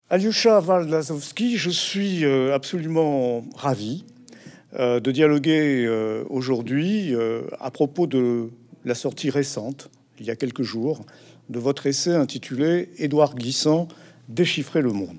Alyosha Waldlasowski, je suis absolument ravi de dialoguer aujourd'hui à propos de la sortie récente, il y a quelques jours, de votre essai intitulé « Édouard Glissant, déchiffrer le monde ».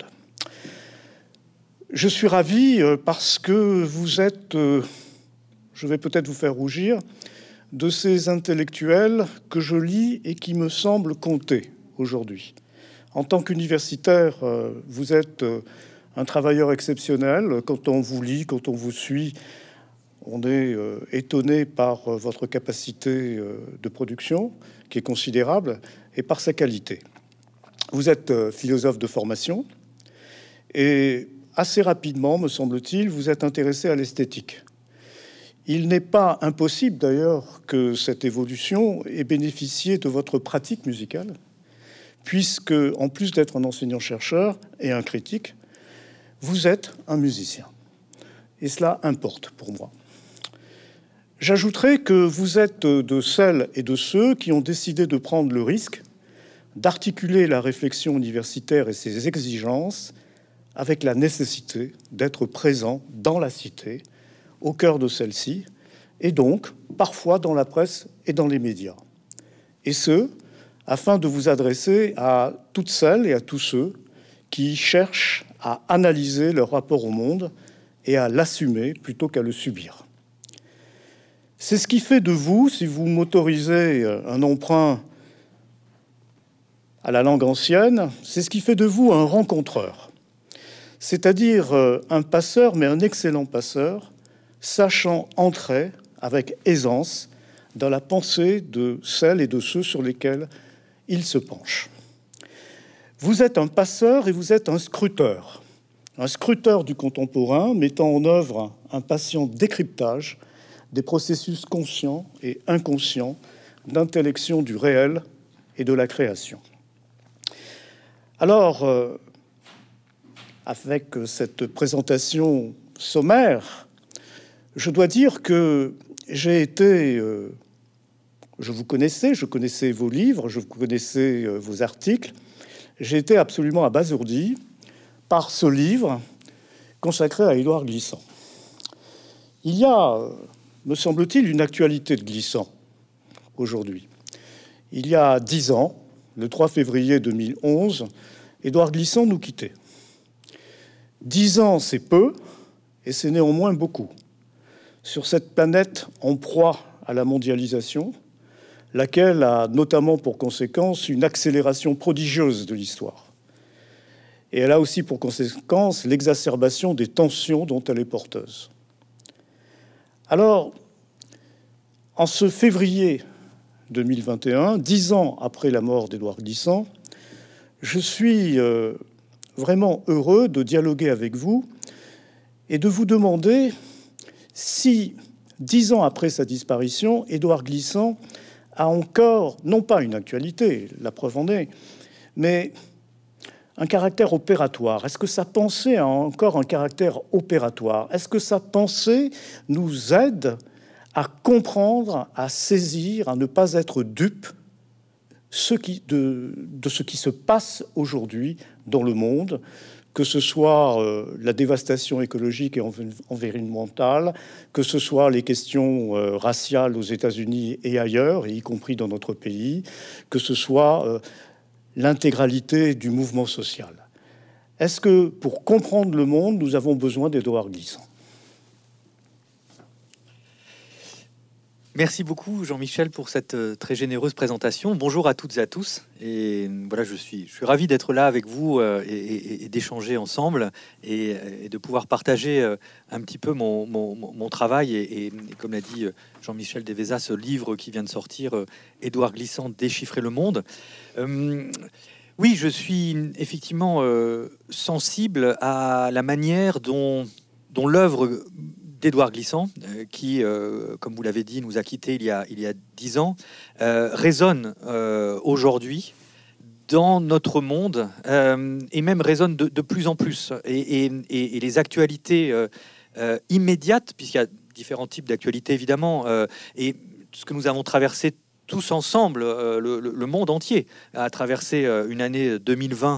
Je suis ravi parce que vous êtes, je vais peut-être vous faire rougir, de ces intellectuels que je lis et qui me semblent compter aujourd'hui. En tant qu'universitaire, vous êtes un travailleur exceptionnel. Quand on vous lit, quand on vous suit, on est étonné par votre capacité de production, qui est considérable, et par sa qualité. Vous êtes philosophe de formation, et assez rapidement, me semble-t-il, vous êtes intéressé à l'esthétique. Il n'est pas impossible, d'ailleurs, que cette évolution ait bénéficié de votre pratique musicale, puisque, en plus d'être un enseignant-chercheur et un critique, vous êtes un musicien. Et cela importe pour moi. J'ajouterai que vous êtes de celles et de ceux qui ont décidé de prendre le risque d'articuler la réflexion universitaire et ses exigences avec la nécessité d'être présent dans la cité, au cœur de celle-ci, et donc parfois dans la presse et dans les médias. Et ce, afin de vous adresser à toutes celles et à tous ceux qui cherchent à analyser leur rapport au monde et à l'assumer plutôt qu'à le subir. C'est ce qui fait de vous, si vous m'autorisez un emprunt à la langue ancienne, c'est ce qui fait de vous un rencontreur, c'est-à-dire un passeur, mais un excellent passeur, sachant entrer avec aisance dans la pensée de celles et de ceux sur lesquels il se penche. Vous êtes un passeur et vous êtes un scruteur du contemporain, mettant en œuvre un patient décryptage des processus conscients et inconscients d'intellection du réel et de la création. Alors, avec cette présentation sommaire, je dois dire que j'ai été... je connaissais vos livres, je connaissais vos articles. J'ai été absolument abasourdi par ce livre consacré à Édouard Glissant. Il y a, me semble-t-il, une actualité de Glissant aujourd'hui. Il y a 10 ans, le 3 février 2011, Édouard Glissant nous quittait. 10 ans, c'est peu, et c'est néanmoins beaucoup. Sur cette planète en proie à la mondialisation, laquelle a notamment pour conséquence une accélération prodigieuse de l'histoire. Et elle a aussi pour conséquence l'exacerbation des tensions dont elle est porteuse. Alors, en ce février 2021, 10 ans après la mort d'Édouard Glissant, je suis vraiment heureux de dialoguer avec vous et de vous demander si, 10 ans après sa disparition, Édouard Glissant a encore, non pas une actualité, la preuve en est, mais un caractère opératoire. Est-ce que sa pensée a encore un caractère opératoire? Est-ce que sa pensée nous aide à comprendre, à saisir, à ne pas être dupe de ce qui se passe aujourd'hui dans le monde, que ce soit la dévastation écologique et environnementale, que ce soit les questions raciales aux États-Unis et ailleurs, et y compris dans notre pays, que ce soit l'intégralité du mouvement social. Est-ce que, pour comprendre le monde, nous avons besoin d'Édouard Glissant? Merci beaucoup Jean-Michel pour cette très généreuse présentation. Bonjour à toutes et à tous. Et voilà, je suis ravi d'être là avec vous et d'échanger ensemble et de pouvoir partager un petit peu mon travail et comme l'a dit Jean-Michel Devésa, ce livre qui vient de sortir, Édouard Glissant, déchiffrer le monde. Oui, je suis effectivement sensible à la manière dont l'œuvre d'Édouard Glissant, qui, comme vous l'avez dit, nous a quittés il y a 10 ans, résonne aujourd'hui dans notre monde et même résonne de plus en plus. Et les actualités immédiates, puisqu'il y a différents types d'actualités évidemment, et ce que nous avons traversé tous ensemble, le monde entier a traversé une année 2020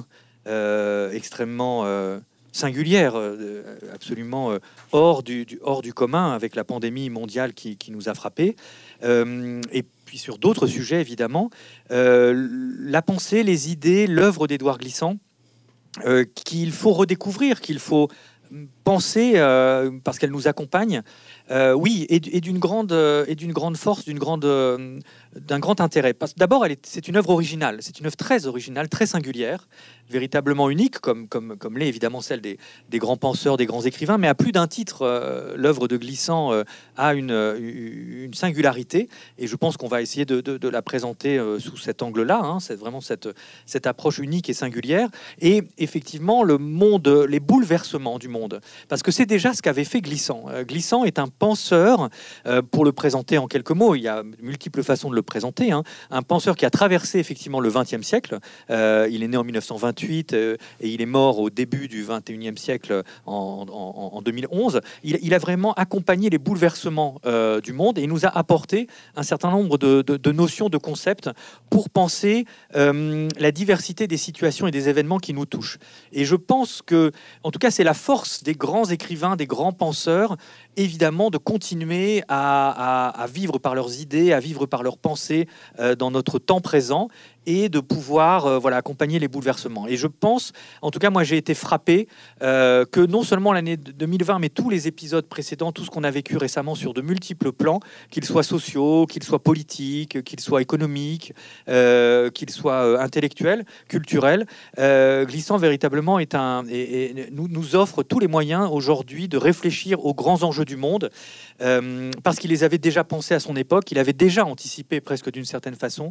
extrêmement singulière, absolument hors du commun, avec la pandémie mondiale qui nous a frappés. Et puis sur d'autres sujets, évidemment, la pensée, les idées, l'œuvre d'Édouard Glissant, qu'il faut redécouvrir, qu'il faut penser parce qu'elle nous accompagne, oui, et d'une grande force, d'un grand intérêt. Parce que d'abord, c'est une œuvre originale, c'est une œuvre très originale, très singulière, véritablement unique, comme l'est évidemment celle des grands penseurs, des grands écrivains, mais à plus d'un titre, l'œuvre de Glissant a une singularité, et je pense qu'on va essayer de la présenter sous cet angle-là, hein. C'est vraiment cette approche unique et singulière, et effectivement le monde, les bouleversements du monde, parce que c'est déjà ce qu'avait fait Glissant. Glissant est un penseur, pour le présenter en quelques mots, il y a multiples façons de le présenter, hein. Un penseur qui a traversé effectivement le XXe siècle. Il est né en 1928 et il est mort au début du XXIe siècle en 2011. Il a vraiment accompagné les bouleversements du monde et il nous a apporté un certain nombre de notions, de concepts pour penser la diversité des situations et des événements qui nous touchent. Et je pense que, en tout cas, c'est la force des grands écrivains, des grands penseurs, évidemment, de continuer à vivre par leurs idées, à vivre par leurs pensées dans notre temps présent et de pouvoir accompagner les bouleversements. Et je pense, en tout cas, moi j'ai été frappé que non seulement l'année 2020, mais tous les épisodes précédents, tout ce qu'on a vécu récemment sur de multiples plans, qu'ils soient sociaux, qu'ils soient politiques, qu'ils soient économiques, qu'ils soient intellectuels, culturels, Glissant véritablement nous offre tous les moyens aujourd'hui de réfléchir aux grands enjeux du monde, parce qu'il les avait déjà pensés à son époque, il avait déjà anticipé presque d'une certaine façon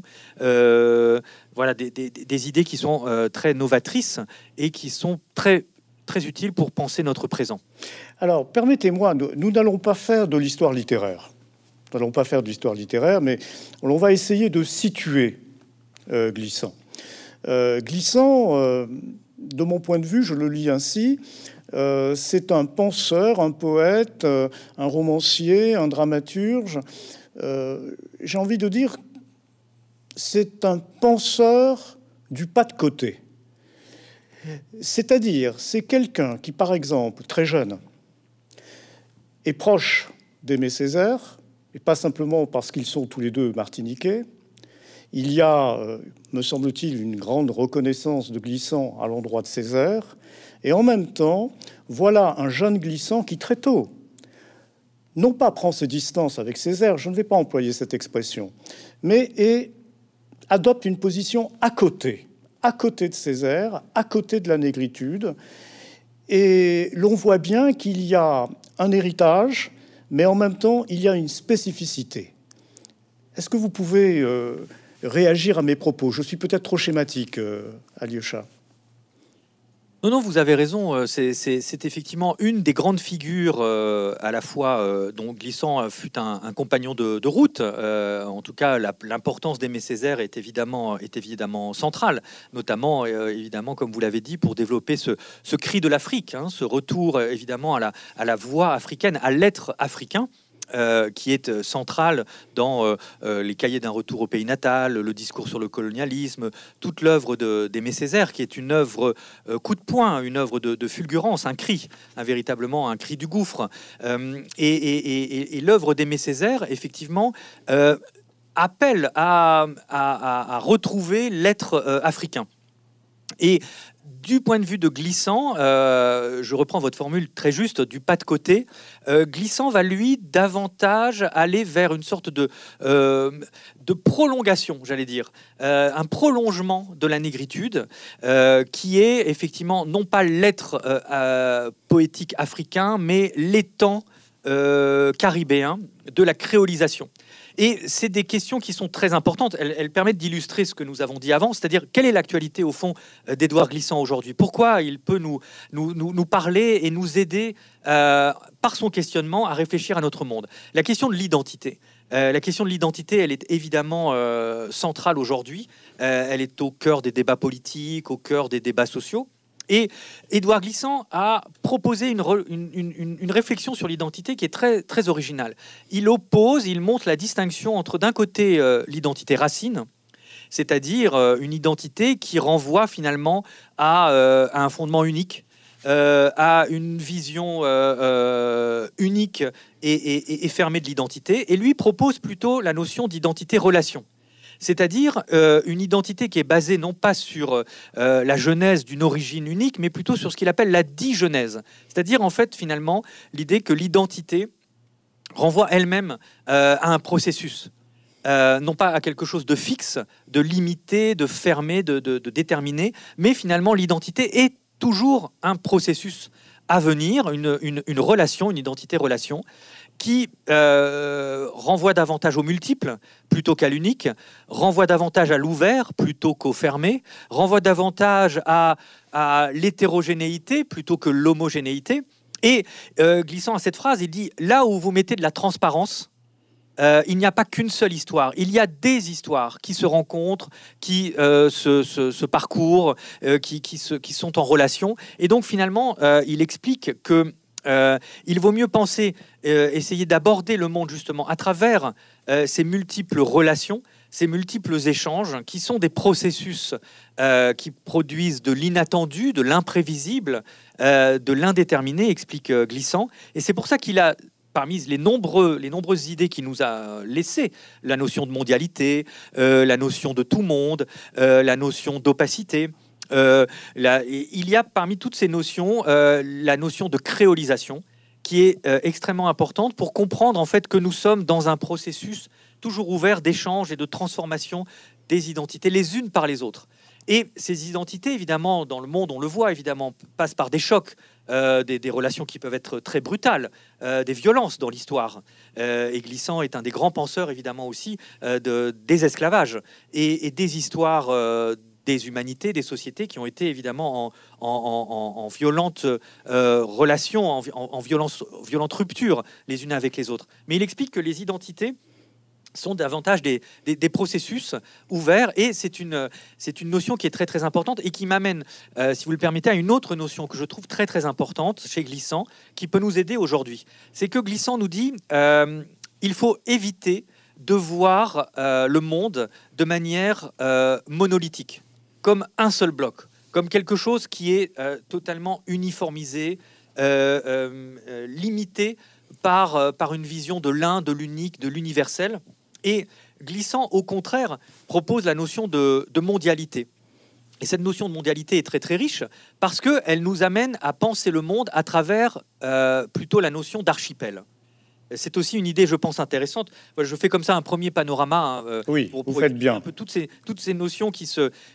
des idées qui sont très novatrices et qui sont très, très utiles pour penser notre présent. Alors, permettez-moi, nous n'allons pas faire de l'histoire littéraire. Nous n'allons pas faire de l'histoire littéraire, mais on va essayer de situer Glissant. Glissant, de mon point de vue, je le lis ainsi, c'est un penseur, un poète, un romancier, un dramaturge. J'ai envie de dire, c'est un penseur du pas de côté. C'est-à-dire, c'est quelqu'un qui, par exemple, très jeune, est proche d'Aimé Césaire, et pas simplement parce qu'ils sont tous les deux martiniquais. Il y a, me semble-t-il, une grande reconnaissance de Glissant à l'endroit de Césaire. Et en même temps, voilà un jeune Glissant qui, très tôt, non pas prend ses distances avec Césaire, je ne vais pas employer cette expression, mais adopte une position à côté de Césaire, à côté de la négritude. Et l'on voit bien qu'il y a un héritage, mais en même temps, il y a une spécificité. Est-ce que vous pouvez réagir à mes propos? Je suis peut-être trop schématique, Alyosha. Non, vous avez raison. C'est effectivement une des grandes figures à la fois dont Glissant fut un compagnon de route. En tout cas, l'importance d'Aimé Césaire est évidemment centrale, notamment, évidemment, comme vous l'avez dit, pour développer ce cri de l'Afrique, hein, ce retour évidemment à la voix africaine, à l'être africain. Qui est centrale dans les cahiers d'un retour au pays natal, le discours sur le colonialisme, toute l'œuvre d'Aimé Césaire, qui est une œuvre coup de poing, une œuvre de fulgurance, un cri, véritablement un cri du gouffre. Et l'œuvre d'Aimé Césaire, effectivement, appelle à retrouver l'être africain. Et du point de vue de Glissant, je reprends votre formule très juste, du pas de côté, Glissant va lui davantage aller vers une sorte de prolongation, j'allais dire, un prolongement de la négritude, qui est effectivement non pas l'être poétique africain, mais l'étang caribéen de la créolisation. Et c'est des questions qui sont très importantes. Elles permettent d'illustrer ce que nous avons dit avant, c'est-à-dire quelle est l'actualité au fond d'Édouard Glissant aujourd'hui. Pourquoi il peut nous parler et nous aider par son questionnement à réfléchir à notre monde. La question de l'identité. La question de l'identité, elle est évidemment centrale aujourd'hui. Elle est au cœur des débats politiques, au cœur des débats sociaux. Et Édouard Glissant a proposé une réflexion sur l'identité qui est très, très originale. Il montre la distinction entre d'un côté l'identité racine, c'est-à-dire une identité qui renvoie finalement à un fondement unique, à une vision unique et fermée de l'identité. Et lui propose plutôt la notion d'identité-relation. C'est-à-dire une identité qui est basée non pas sur la genèse d'une origine unique, mais plutôt sur ce qu'il appelle la digenèse. C'est-à-dire, en fait, finalement, l'idée que l'identité renvoie elle-même à un processus. Non pas à quelque chose de fixe, de limité, de fermé, de déterminé, mais finalement, l'identité est toujours un processus à venir, une relation, une identité-relation, qui renvoie davantage au multiple plutôt qu'à l'unique, renvoie davantage à l'ouvert plutôt qu'au fermé, renvoie davantage à l'hétérogénéité plutôt que l'homogénéité. Et glissant à cette phrase, il dit « Là où vous mettez de la transparence, il n'y a pas qu'une seule histoire. Il y a des histoires qui se rencontrent, qui se parcourent, qui sont en relation. » Et donc finalement, il explique que il vaut mieux penser, essayer d'aborder le monde justement à travers ces multiples relations, ces multiples échanges qui sont des processus qui produisent de l'inattendu, de l'imprévisible, de l'indéterminé, explique Glissant. Et c'est pour ça qu'il a, parmi les nombreuses idées qu'il nous a laissées, la notion de mondialité, la notion de tout monde, la notion d'opacité. Il y a parmi toutes ces notions la notion de créolisation qui est extrêmement importante pour comprendre en fait que nous sommes dans un processus toujours ouvert d'échange et de transformation des identités les unes par les autres. Et ces identités, évidemment, dans le monde, on le voit, évidemment, passent par des chocs, des relations qui peuvent être très brutales, des violences dans l'histoire. Et Glissant est un des grands penseurs, évidemment, aussi, des esclavages et des histoires des humanités, des sociétés qui ont été évidemment en violente relation, en violente rupture les unes avec les autres. Mais il explique que les identités sont davantage des processus ouverts, et c'est une notion qui est très très importante et qui m'amène, si vous le permettez, à une autre notion que je trouve très très importante chez Glissant, qui peut nous aider aujourd'hui. C'est que Glissant nous dit il faut éviter de voir le monde de manière monolithique, comme un seul bloc, comme quelque chose qui est totalement uniformisé, limité par une vision de l'un, de l'unique, de l'universel. Et Glissant, au contraire, propose la notion de mondialité. Et cette notion de mondialité est très très riche parce qu'elle nous amène à penser le monde à travers plutôt la notion d'archipel. C'est aussi une idée, je pense, intéressante. Je fais comme ça un premier panorama. Oui, vous faites bien. Un peu toutes ces notions qui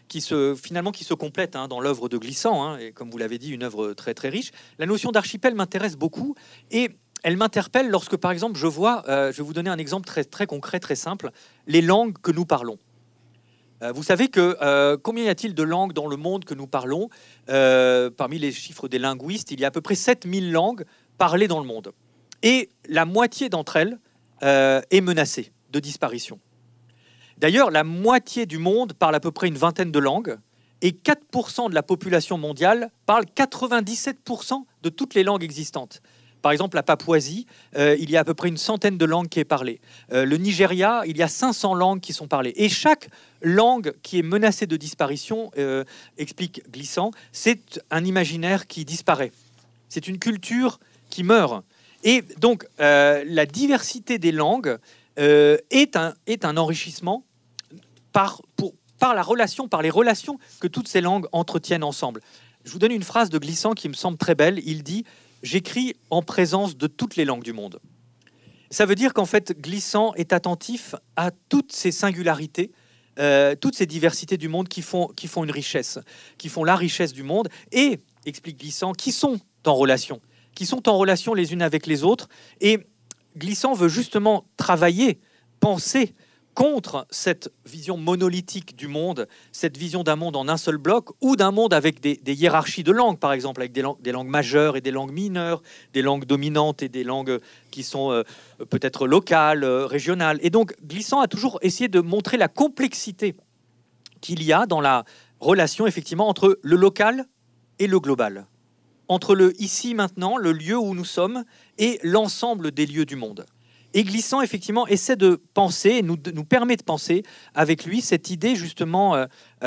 se complètent dans l'œuvre de Glissant. Et comme vous l'avez dit, une œuvre très très riche. La notion d'archipel m'intéresse beaucoup et elle m'interpelle lorsque, par exemple, je vois, je vais vous donner un exemple très très concret, très simple, les langues que nous parlons. Vous savez que combien y a-t-il de langues dans le monde que nous parlons? Parmi les chiffres des linguistes, il y a à peu près 7000 langues parlées dans le monde. Et la moitié d'entre elles est menacée de disparition. D'ailleurs, la moitié du monde parle à peu près une vingtaine de langues, et 4% de la population mondiale parle 97% de toutes les langues existantes. Par exemple, la Papouasie, il y a à peu près une centaine de langues qui est parlée. Le Nigeria, il y a 500 langues qui sont parlées. Et chaque langue qui est menacée de disparition, explique Glissant, c'est un imaginaire qui disparaît. C'est une culture qui meurt. Et donc, la diversité des langues est un enrichissement par la relation, par les relations que toutes ces langues entretiennent ensemble. Je vous donne une phrase de Glissant qui me semble très belle. Il dit « J'écris en présence de toutes les langues du monde ». Ça veut dire qu'en fait, Glissant est attentif à toutes ces singularités, toutes ces diversités du monde qui font une richesse, qui font la richesse du monde, et, explique Glissant, qui sont en relation les unes avec les autres. Et Glissant veut justement travailler, penser contre cette vision monolithique du monde, cette vision d'un monde en un seul bloc, ou d'un monde avec des hiérarchies de langues, par exemple, avec des langues majeures et des langues mineures, des langues dominantes et des langues qui sont peut-être locales, régionales. Et donc, Glissant a toujours essayé de montrer la complexité qu'il y a dans la relation, effectivement, entre le local et le global, entre le ici, maintenant, le lieu où nous sommes, et l'ensemble des lieux du monde. Et Glissant, effectivement, essaie de penser, nous permet de penser avec lui cette idée, justement,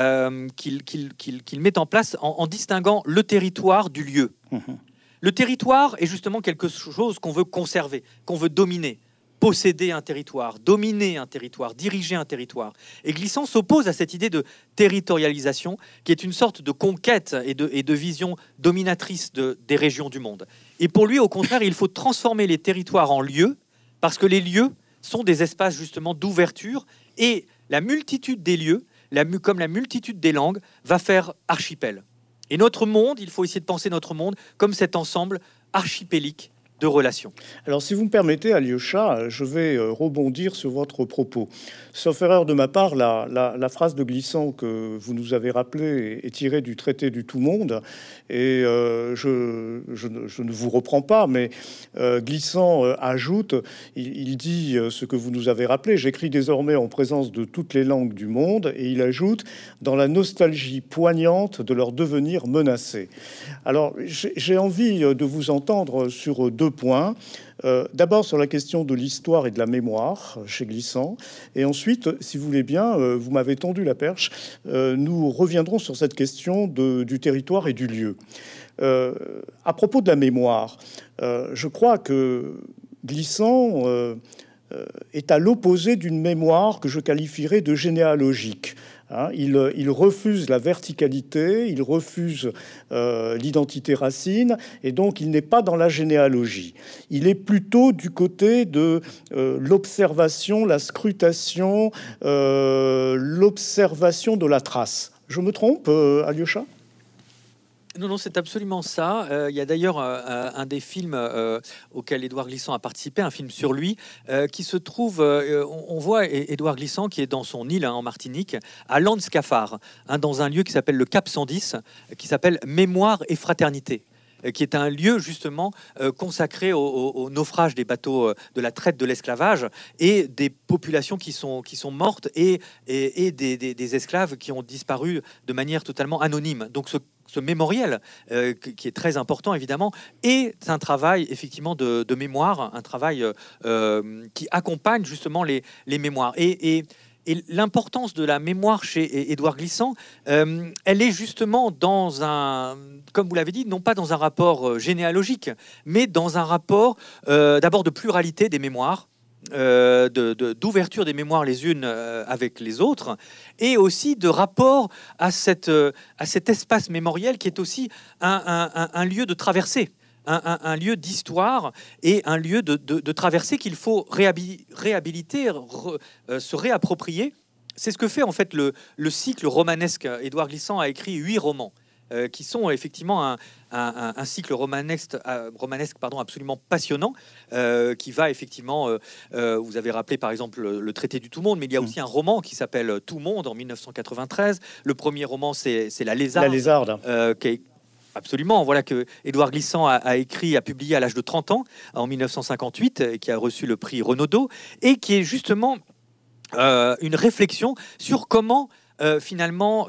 qu'il met en place en distinguant le territoire du lieu. Le territoire est justement quelque chose qu'on veut conserver, qu'on veut dominer. Posséder un territoire, dominer un territoire, diriger un territoire. Et Glissant s'oppose à cette idée de territorialisation, qui est une sorte de conquête et de vision dominatrice des régions du monde. Et pour lui, au contraire, il faut transformer les territoires en lieux, parce que les lieux sont des espaces justement d'ouverture, et la multitude des lieux, comme la multitude des langues, va faire archipel. Et notre monde, il faut essayer de penser notre monde comme cet ensemble archipélique de relations. Alors, si vous me permettez, Alyosha, je vais rebondir sur votre propos. Sauf erreur de ma part, la phrase de Glissant que vous nous avez rappelée est tirée du traité du tout-monde. Et je ne vous reprends pas, mais Glissant ajoute, il dit ce que vous nous avez rappelé: j'écris désormais en présence de toutes les langues du monde. Et il ajoute, dans la nostalgie poignante de leur devenir menacé. Alors, j'ai envie de vous entendre sur deux points. D'abord sur la question de l'histoire et de la mémoire chez Glissant, et ensuite, si vous voulez bien, vous m'avez tendu la perche, nous reviendrons sur cette question du territoire et du lieu. À propos de la mémoire, je crois que Glissant est à l'opposé d'une mémoire que je qualifierais de généalogique. Il refuse la verticalité, il refuse l'identité racine, et donc il n'est pas dans la généalogie. Il est plutôt du côté de l'observation, la scrutation, l'observation de la trace. Je me trompe, Alyosha ? Non, c'est absolument ça. Il y a d'ailleurs un des films auquel Édouard Glissant a participé, un film sur lui, qui se trouve... on voit Édouard Glissant qui est dans son île en Martinique, à Landscafard, dans un lieu qui s'appelle le Cap 110, qui s'appelle Mémoire et Fraternité, qui est un lieu justement consacré au naufrage des bateaux de la traite de l'esclavage et des populations qui sont mortes et des esclaves qui ont disparu de manière totalement anonyme. Donc ce mémoriel, qui est très important évidemment, est un travail effectivement de mémoire, un travail qui accompagne justement les mémoires. Et l'importance de la mémoire chez Édouard Glissant, elle est justement dans un, comme vous l'avez dit, non pas dans un rapport généalogique, mais dans un rapport d'abord de pluralité des mémoires, d'ouverture des mémoires les unes avec les autres, et aussi de rapport à cet espace mémoriel qui est aussi un lieu de traversée, un lieu d'histoire et un lieu de traversée qu'il faut réhabiliter, se réapproprier. C'est ce que fait en fait le cycle romanesque. Édouard Glissant a écrit 8 romans qui sont effectivement un cycle romanesque absolument passionnant, qui va effectivement, vous avez rappelé par exemple le traité du tout-monde, mais il y a aussi un roman qui s'appelle Tout-monde en 1993. Le premier roman, c'est La Lézarde. La Lézarde. Qui est absolument, voilà, que Édouard Glissant a écrit, a publié à l'âge de 30 ans, en 1958, qui a reçu le prix Renaudot, et qui est justement une réflexion sur comment finalement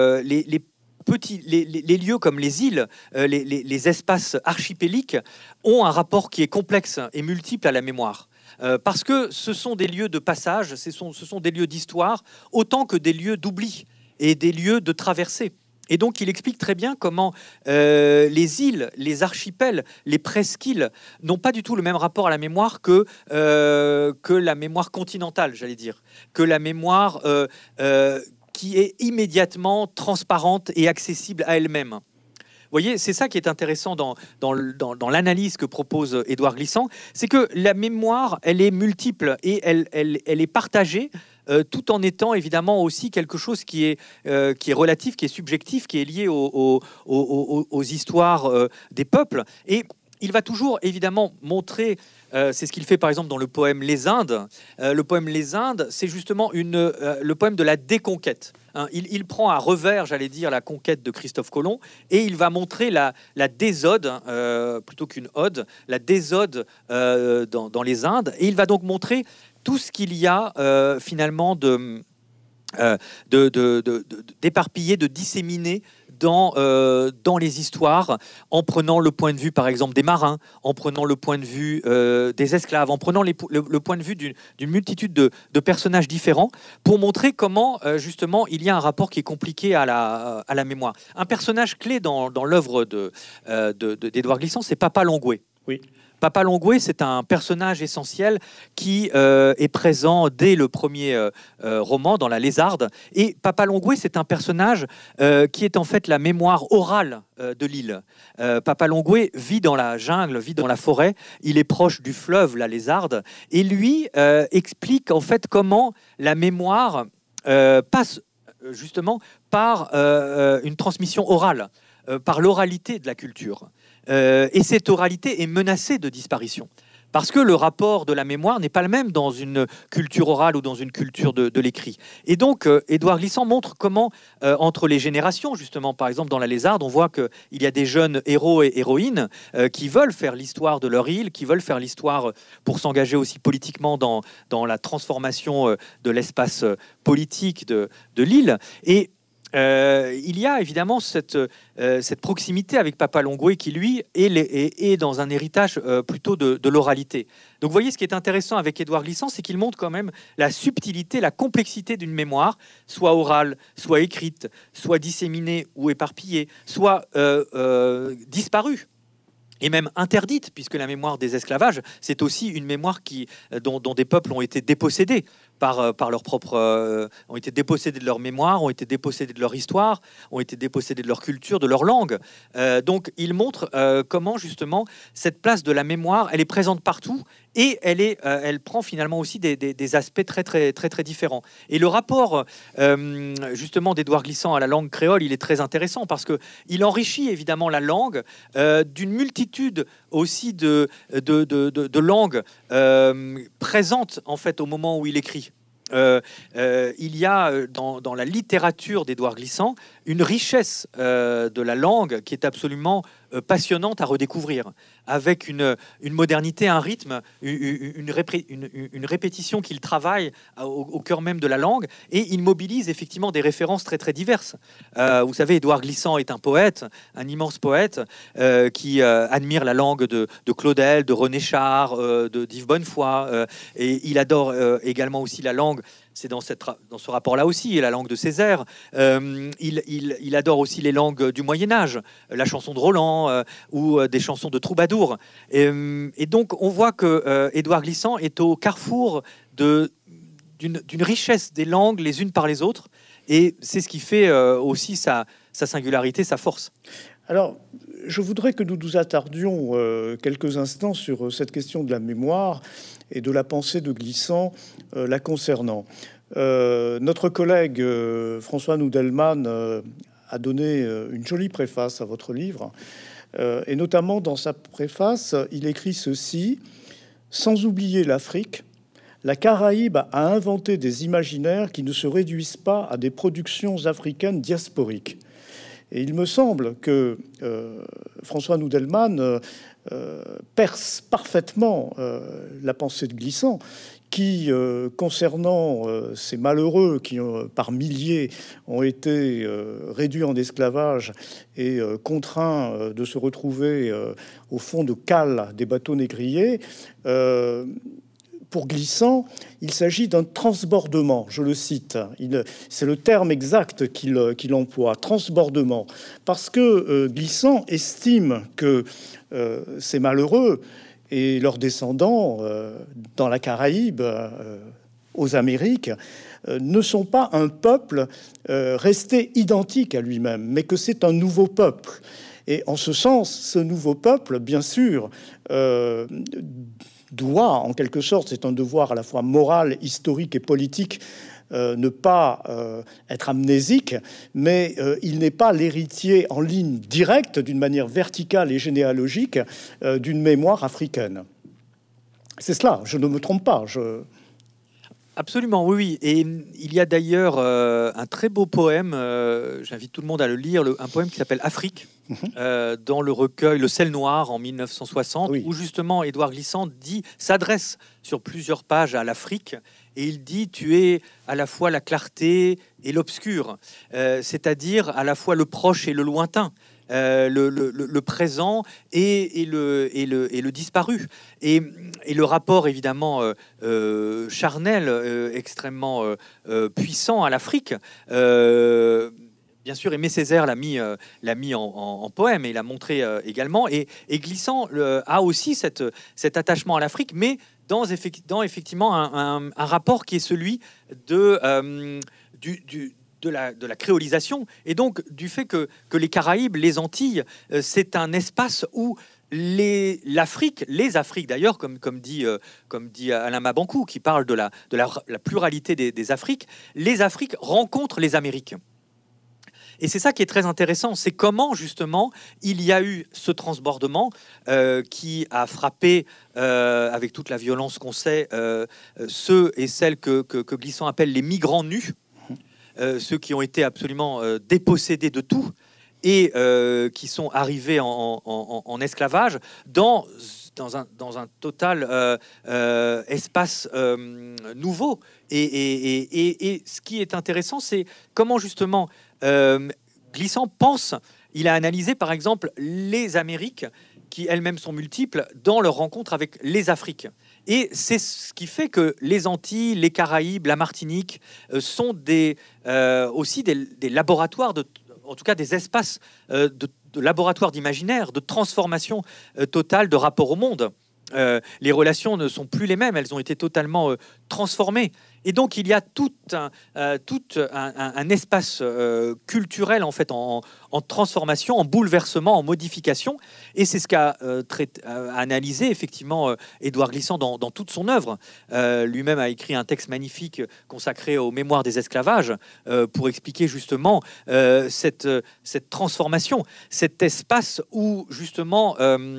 les lieux comme les îles, les espaces archipéliques ont un rapport qui est complexe et multiple à la mémoire. Parce que ce sont des lieux de passage, ce sont des lieux d'histoire, autant que des lieux d'oubli et des lieux de traversée. Et donc, il explique très bien comment les îles, les archipels, les presqu'îles n'ont pas du tout le même rapport à la mémoire que la mémoire continentale, j'allais dire, que la mémoire qui est immédiatement transparente et accessible à elle-même. Vous voyez, c'est ça qui est intéressant dans l'analyse que propose Édouard Glissant, c'est que la mémoire, elle est multiple et elle est partagée, tout en étant évidemment aussi quelque chose qui est relatif, qui est subjectif, qui est lié aux histoires des peuples. Et il va toujours évidemment montrer, c'est ce qu'il fait par exemple dans le poème Les Indes. Le poème Les Indes, c'est justement le poème de la déconquête. Il prend à revers, j'allais dire, la conquête de Christophe Colomb, et il va montrer la désode, plutôt qu'une ode, la désode dans les Indes. Et il va donc montrer tout ce qu'il y a finalement d'éparpiller, de disséminer dans les histoires, en prenant le point de vue, par exemple, des marins, en prenant le point de vue des esclaves, en prenant le point de vue d'une multitude de personnages différents, pour montrer comment, justement, il y a un rapport qui est compliqué à la mémoire. Un personnage clé dans l'œuvre d'Édouard Glissant, c'est Papa Longuet. Oui. Papa Longuet, c'est un personnage essentiel qui est présent dès le premier roman, dans La Lézarde. Et Papa Longuet, c'est un personnage qui est en fait la mémoire orale de l'île. Papa Longuet vit dans la jungle, vit dans la forêt. Il est proche du fleuve, la Lézarde. Et lui explique en fait comment la mémoire passe justement par une transmission orale, par l'oralité de la culture. Et cette oralité est menacée de disparition. Parce que le rapport de la mémoire n'est pas le même dans une culture orale ou dans une culture de l'écrit. Et donc, Édouard Glissant montre comment, entre les générations, justement, par exemple, dans La Lézarde, on voit qu'il y a des jeunes héros et héroïnes qui veulent faire l'histoire de leur île, qui veulent faire l'histoire pour s'engager aussi politiquement dans la transformation de l'espace politique de l'île. Et il y a évidemment cette proximité avec Papa Longuet qui, lui, est dans un héritage plutôt de l'oralité. Donc, vous voyez, ce qui est intéressant avec Édouard Glissant, c'est qu'il montre quand même la subtilité, la complexité d'une mémoire, soit orale, soit écrite, soit disséminée ou éparpillée, soit disparue. Et même interdite, puisque la mémoire des esclavages, c'est aussi une mémoire dont des peuples ont été dépossédés par leur propre... ont été dépossédés de leur mémoire, ont été dépossédés de leur histoire, ont été dépossédés de leur culture, de leur langue. Donc, il montre comment, justement, cette place de la mémoire, elle est présente partout, et elle prend finalement aussi des aspects très, très, très, très différents. Et le rapport, justement, d'Édouard Glissant à la langue créole, il est très intéressant, parce qu'il enrichit, évidemment, la langue d'une multitude aussi de langues présentes, en fait, au moment où il écrit. Il y a dans la littérature d'Édouard Glissant une richesse de la langue qui est absolument passionnante à redécouvrir, avec une modernité, un rythme, une répétition qu'il travaille au cœur même de la langue, et il mobilise effectivement des références très très diverses. Vous savez, Édouard Glissant est un poète, un immense poète qui admire la langue de Claudel, de René Char, d'Yves Bonnefoy, et il adore également aussi la langue. C'est dans ce rapport-là aussi, la langue de Césaire. Il adore aussi les langues du Moyen-Âge, la chanson de Roland ou des chansons de troubadour. Et donc, on voit que Édouard Glissant est au carrefour d'une richesse des langues les unes par les autres. Et c'est ce qui fait aussi sa singularité, sa force. Alors, je voudrais que nous nous attardions quelques instants sur cette question de la mémoire et de la pensée de Glissant la concernant. Notre collègue François Noudelman a donné une jolie préface à votre livre, et notamment dans sa préface, il écrit ceci: « Sans oublier l'Afrique, la Caraïbe a inventé des imaginaires qui ne se réduisent pas à des productions africaines diasporiques. » Et il me semble que François Noudelman perce parfaitement la pensée de Glissant, qui, concernant ces malheureux qui, par milliers, ont été réduits en esclavage et contraints de se retrouver au fond de cales des bateaux négriers, pour Glissant, il s'agit d'un transbordement, je le cite. C'est le terme exact qu'il emploie, transbordement. Parce que Glissant estime que ces malheureux et leurs descendants dans la Caraïbe, aux Amériques, ne sont pas un peuple resté identique à lui-même, mais que c'est un nouveau peuple. Et en ce sens, ce nouveau peuple, bien sûr, doit, en quelque sorte, c'est un devoir à la fois moral, historique et politique, ne pas être amnésique, mais il n'est pas l'héritier en ligne directe, d'une manière verticale et généalogique, d'une mémoire africaine. C'est cela, je ne me trompe pas. Absolument, oui. Et il y a d'ailleurs un très beau poème, j'invite tout le monde à le lire, un poème qui s'appelle Afrique, dans le recueil Le Sel Noir en 1960, oui, où justement Édouard Glissant s'adresse sur plusieurs pages à l'Afrique et il dit tu es à la fois la clarté et l'obscur, c'est-à-dire à la fois le proche et le lointain. Le présent et le disparu. Et le rapport, évidemment, charnel, extrêmement puissant à l'Afrique. Bien sûr, Aimé Césaire l'a mis en poème et l'a montré également. Et Glissant a aussi cet attachement à l'Afrique, mais dans effectivement un rapport qui est celui de la créolisation, et donc du fait que les Caraïbes, les Antilles, c'est un espace où l'Afrique, les Afriques d'ailleurs, comme dit Alain Mabanckou, qui parle de la pluralité des Afriques, les Afriques rencontrent les Amériques. Et c'est ça qui est très intéressant, c'est comment justement il y a eu ce transbordement qui a frappé avec toute la violence qu'on sait ceux et celles que Glissant appelle les migrants nus, ceux qui ont été absolument dépossédés de tout et qui sont arrivés en esclavage dans un total espace nouveau. Et ce qui est intéressant, c'est comment justement Glissant pense, il a analysé par exemple les Amériques qui elles-mêmes sont multiples dans leur rencontre avec les Afriques. Et c'est ce qui fait que les Antilles, les Caraïbes, la Martinique sont aussi des laboratoires, en tout cas des espaces de laboratoires d'imaginaire, de transformation totale de rapport au monde. Les relations ne sont plus les mêmes, elles ont été totalement transformées. Et donc il y a tout un espace culturel en fait en transformation, en bouleversement, en modification. Et c'est ce qu'a analysé effectivement Édouard Glissant dans toute son œuvre. Lui-même a écrit un texte magnifique consacré aux mémoires des esclavages pour expliquer justement cette transformation, cet espace où justement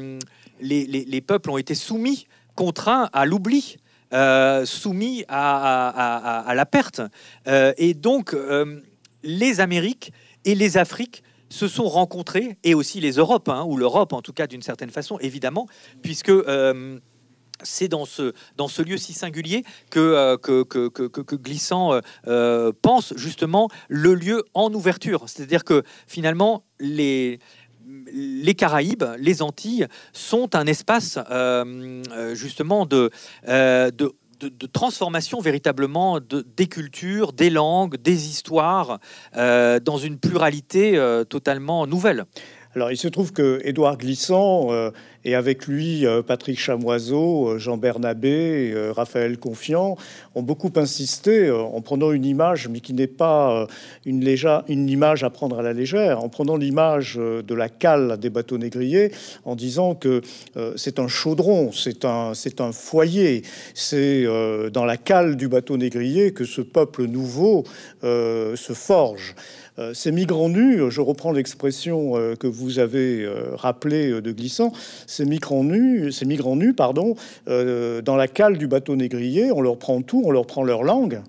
les peuples ont été soumis, contraints à l'oubli, soumis à la perte. Et donc, les Amériques et les Afriques se sont rencontrés, et aussi les Europes, ou l'Europe en tout cas d'une certaine façon, évidemment, puisque c'est dans ce lieu si singulier que Glissant pense justement le lieu en ouverture. C'est-à-dire que finalement, les Caraïbes, les Antilles sont un espace justement de transformation véritablement des cultures, des langues, des histoires, dans une pluralité totalement nouvelle. Alors, il se trouve que Édouard Glissant et avec lui Patrick Chamoiseau, Jean Bernabé, Raphaël Confiant ont beaucoup insisté en prenant une image, mais qui n'est pas une image à prendre à la légère, en prenant l'image de la cale des bateaux négriers, en disant que c'est un chaudron, c'est un foyer, c'est dans la cale du bateau négrier que ce peuple nouveau se forge. Ces migrants nus, je reprends l'expression que vous avez rappelée de Glissant, ces migrants nus, dans la cale du bateau négrier, on leur prend tout, on leur prend leur langue.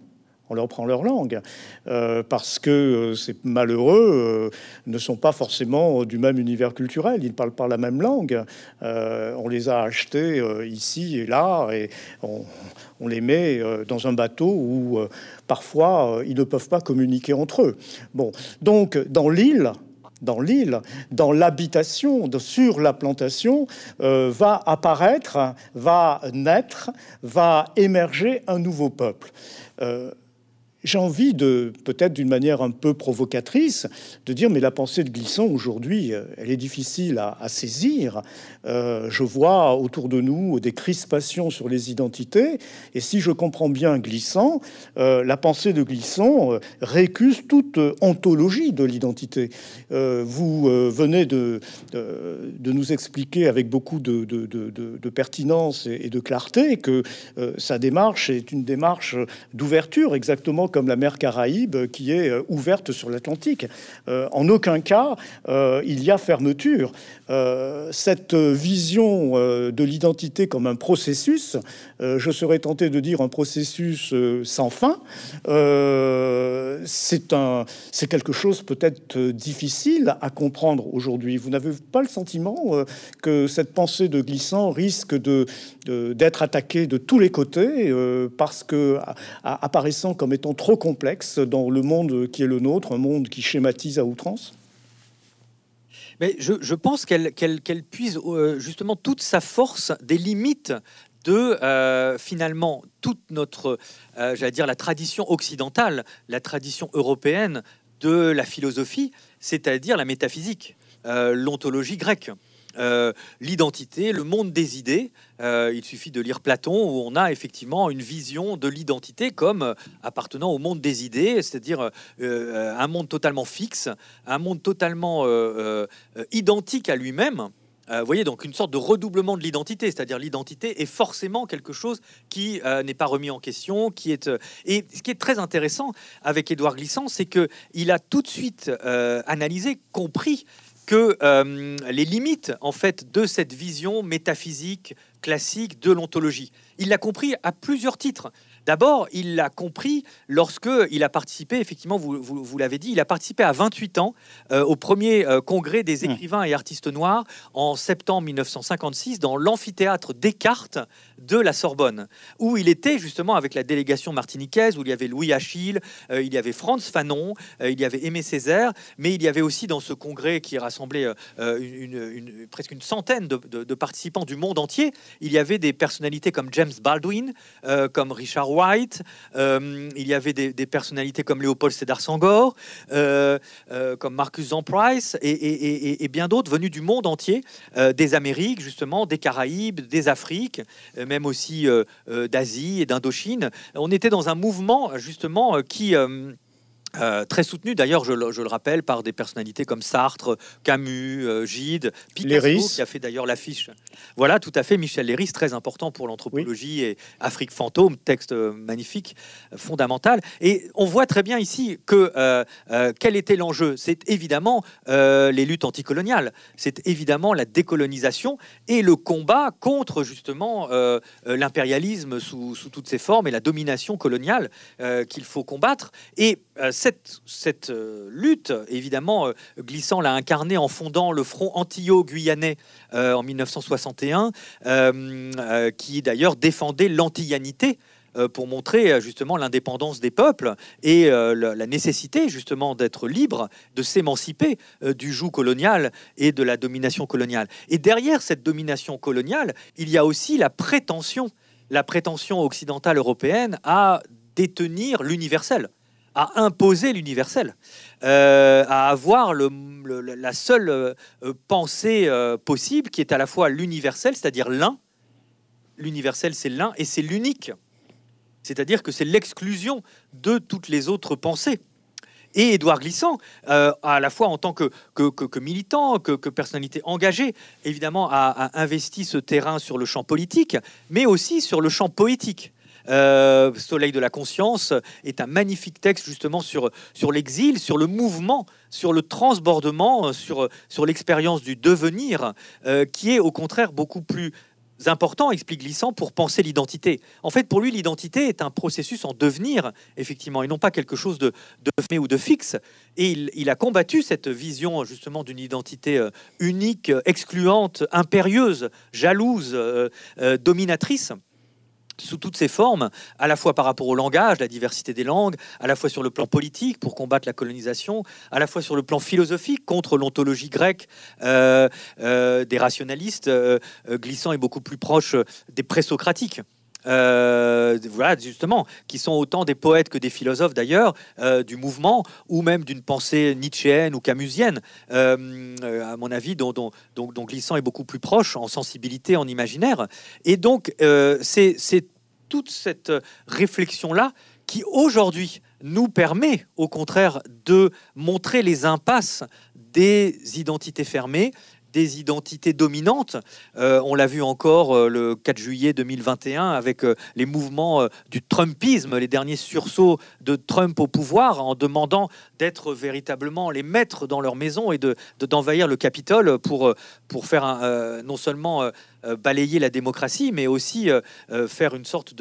Parce que ces malheureux ne sont pas forcément du même univers culturel, ils ne parlent pas la même langue. On les a achetés ici et là, et on les met dans un bateau où parfois ils ne peuvent pas communiquer entre eux. Bon, donc dans l'île, dans l'habitation, sur la plantation, va apparaître, va naître, va émerger un nouveau peuple. J'ai envie peut-être d'une manière un peu provocatrice, de dire, mais la pensée de Glissant aujourd'hui, elle est difficile à saisir. Je vois autour de nous des crispations sur les identités, et si je comprends bien Glissant, la pensée de Glissant récuse toute ontologie de l'identité. Vous venez de nous expliquer avec beaucoup de pertinence et de clarté que sa démarche est une démarche d'ouverture, exactement comme la mer Caraïbe qui est ouverte sur l'Atlantique. En aucun cas, il y a fermeture. Cette vision de l'identité comme un processus, je serais tenté de dire un processus sans fin, c'est quelque chose peut-être difficile à comprendre aujourd'hui. Vous n'avez pas le sentiment que cette pensée de Glissant risque d'être attaquée de tous les côtés parce que apparaissant comme étant trop complexe dans le monde qui est le nôtre, un monde qui schématise à outrance? Mais je pense qu'elle puise justement toute sa force des limites de finalement toute notre, j'allais dire, la tradition occidentale, la tradition européenne de la philosophie, c'est-à-dire la métaphysique, l'ontologie grecque. L'identité, le monde des idées. Il suffit de lire Platon où on a effectivement une vision de l'identité comme appartenant au monde des idées, c'est-à-dire un monde totalement fixe, un monde totalement identique à lui-même. Vous voyez, donc une sorte de redoublement de l'identité, c'est-à-dire l'identité est forcément quelque chose qui n'est pas remis en question, qui est et ce qui est très intéressant avec Édouard Glissant, c'est que il a tout de suite analysé, compris que les limites en fait de cette vision métaphysique classique de l'ontologie. Il l'a compris à plusieurs titres. D'abord, il l'a compris lorsque il a participé, effectivement, vous l'avez dit, il a participé à 28 ans au premier congrès des écrivains et artistes noirs en septembre 1956 dans l'amphithéâtre Descartes de la Sorbonne, où il était justement avec la délégation martiniquaise, où il y avait Louis Achille, il y avait Frantz Fanon, il y avait Aimé Césaire, mais il y avait aussi dans ce congrès qui rassemblait presque une centaine de participants du monde entier, il y avait des personnalités comme James Baldwin, comme Richard White, il y avait des personnalités comme Léopold Sédar Senghor, comme Marcus Van Price et bien d'autres venus du monde entier, des Amériques justement, des Caraïbes, des Afriques, même aussi d'Asie et d'Indochine. On était dans un mouvement justement qui très soutenu d'ailleurs, je le rappelle, par des personnalités comme Sartre, Camus, Gide, Picasso, Léris, qui a fait d'ailleurs l'affiche. Voilà, tout à fait, Michel Léris, très important pour l'anthropologie, et Afrique fantôme, texte magnifique, fondamental. Et on voit très bien ici que quel était l'enjeu. C'est évidemment les luttes anticoloniales, c'est évidemment la décolonisation et le combat contre justement l'impérialisme sous toutes ses formes et la domination coloniale qu'il faut combattre. Et cette lutte, évidemment, Glissant l'a incarnée en fondant le Front Antillo-Guyanais en 1961, qui d'ailleurs défendait l'antillanité pour montrer justement l'indépendance des peuples et la nécessité justement d'être libre, de s'émanciper du joug colonial et de la domination coloniale. Et derrière cette domination coloniale, il y a aussi la prétention occidentale européenne à détenir l'universel, à imposer l'universel, à avoir la seule pensée possible qui est à la fois l'universel, c'est-à-dire l'un. L'universel, c'est l'un et c'est l'unique. C'est-à-dire que c'est l'exclusion de toutes les autres pensées. Et Édouard Glissant, à la fois en tant que militant, que personnalité engagée, évidemment, a investi ce terrain sur le champ politique, mais aussi sur le champ poétique. Soleil de la conscience est un magnifique texte justement sur l'exil, sur le mouvement, sur le transbordement, sur l'expérience du devenir, qui est au contraire beaucoup plus important, explique Glissant, pour penser l'identité. En fait, pour lui, l'identité est un processus en devenir, effectivement, et non pas quelque chose de fermé ou de fixe. Et il a combattu cette vision, justement, d'une identité unique, excluante, impérieuse, jalouse, dominatrice, sous toutes ses formes, à la fois par rapport au langage, la diversité des langues, à la fois sur le plan politique pour combattre la colonisation, à la fois sur le plan philosophique contre l'ontologie grecque des rationalistes. Glissant est beaucoup plus proche des présocratiques. Voilà, justement, qui sont autant des poètes que des philosophes d'ailleurs, du mouvement, ou même d'une pensée nietzschéenne ou camusienne, à mon avis, dont Glissant est beaucoup plus proche en sensibilité, en imaginaire. Et donc, c'est toute cette réflexion-là qui, aujourd'hui, nous permet, au contraire, de montrer les impasses des identités fermées, des identités dominantes. On l'a vu encore le 4 juillet 2021 avec les mouvements du Trumpisme, les derniers sursauts de Trump au pouvoir, en demandant d'être véritablement les maîtres dans leur maison et d'envahir le Capitole pour non seulement balayer la démocratie, mais aussi faire une sorte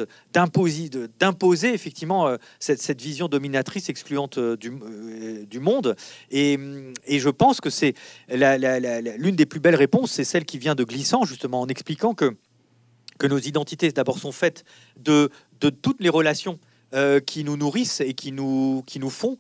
d'imposer effectivement cette vision dominatrice excluante du monde. Et je pense que c'est l'une des plus belles réponses, c'est celle qui vient de Glissant, justement, en expliquant que nos identités d'abord sont faites de toutes les relations qui nous nourrissent et qui nous font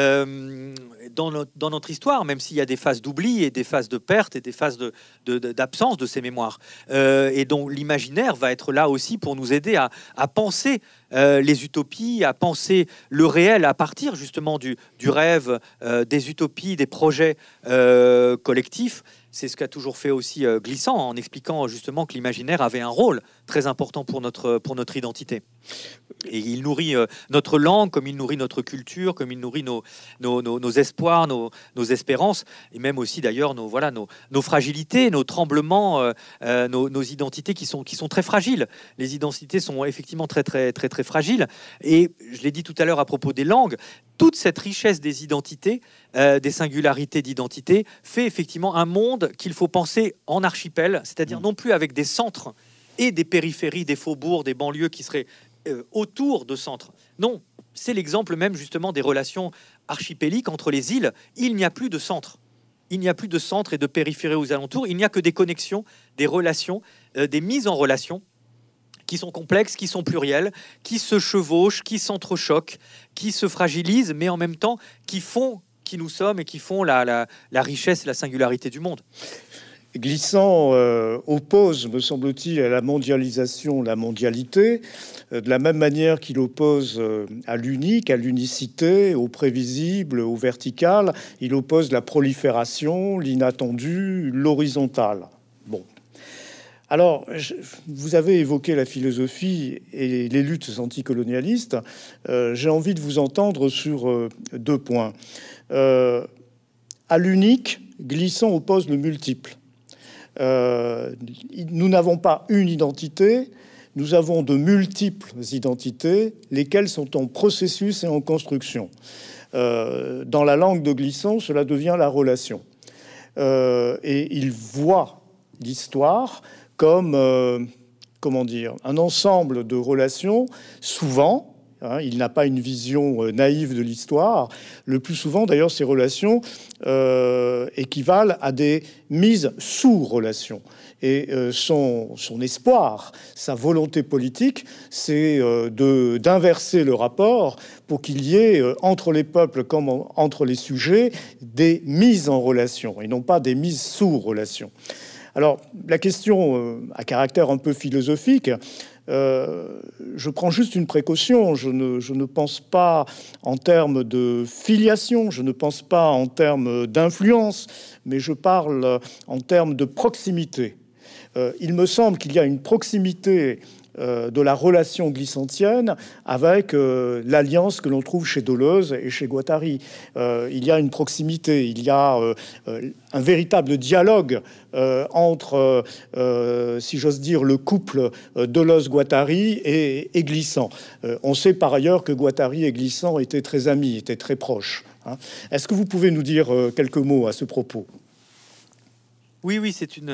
dans notre histoire, même s'il y a des phases d'oubli et des phases de perte et des phases d'absence de ces mémoires. Et donc l'imaginaire va être là aussi pour nous aider à penser les utopies, à penser le réel à partir justement du rêve, des utopies, des projets collectifs. C'est ce qu'a toujours fait aussi Glissant, en expliquant justement que l'imaginaire avait un rôle très important pour notre identité. Et il nourrit notre langue, comme il nourrit notre culture, comme il nourrit nos espoirs, nos espérances, et même aussi d'ailleurs nos fragilités, nos tremblements, nos identités qui sont très fragiles. Les identités sont effectivement très fragiles. Et je l'ai dit tout à l'heure à propos des langues, toute cette richesse des identités, des singularités d'identité, fait effectivement un monde qu'il faut penser en archipel, c'est-à-dire non plus avec des centres et des périphéries, des faubourgs, des banlieues qui seraient autour de centres. Non, c'est l'exemple même justement des relations archipéliques entre les îles. Il n'y a plus de centre. Il n'y a plus de centre et de périphérie aux alentours. Il n'y a que des connexions, des relations, des mises en relation qui sont complexes, qui sont plurielles, qui se chevauchent, qui s'entrechoquent, qui se fragilisent, mais en même temps qui font qui nous sommes et qui font la richesse et la singularité du monde. Glissant oppose, me semble-t-il, à la mondialisation la mondialité, de la même manière qu'il oppose à l'unique, à l'unicité, au prévisible, au vertical. Il oppose la prolifération, l'inattendu, l'horizontal. Bon. Alors, vous avez évoqué la philosophie et les luttes anticolonialistes. J'ai envie de vous entendre sur 2 points. À l'unique, Glissant oppose le multiple. Nous n'avons pas une identité, nous avons de multiples identités, lesquelles sont en processus et en construction. Dans la langue de Glissant, cela devient la relation. Et il voit l'histoire comme un ensemble de relations, souvent. Il n'a pas une vision naïve de l'histoire. Le plus souvent, d'ailleurs, ces relations équivalent à des mises sous relations. Et son espoir, sa volonté politique, c'est d'inverser le rapport pour qu'il y ait, entre les peuples comme entre les sujets, des mises en relation et non pas des mises sous relation. Alors, la question à caractère un peu philosophique, je prends juste une précaution. Je ne pense pas en termes de filiation, je ne pense pas en termes d'influence, mais je parle en termes de proximité. Il me semble qu'il y a une proximité de la relation glissantienne avec l'alliance que l'on trouve chez Deleuze et chez Guattari. Il y a une proximité, il y a un véritable dialogue entre, si j'ose dire, le couple Deleuze-Guattari et Glissant. On sait par ailleurs que Guattari et Glissant étaient très amis, étaient très proches. Est-ce que vous pouvez nous dire quelques mots à ce propos? Oui,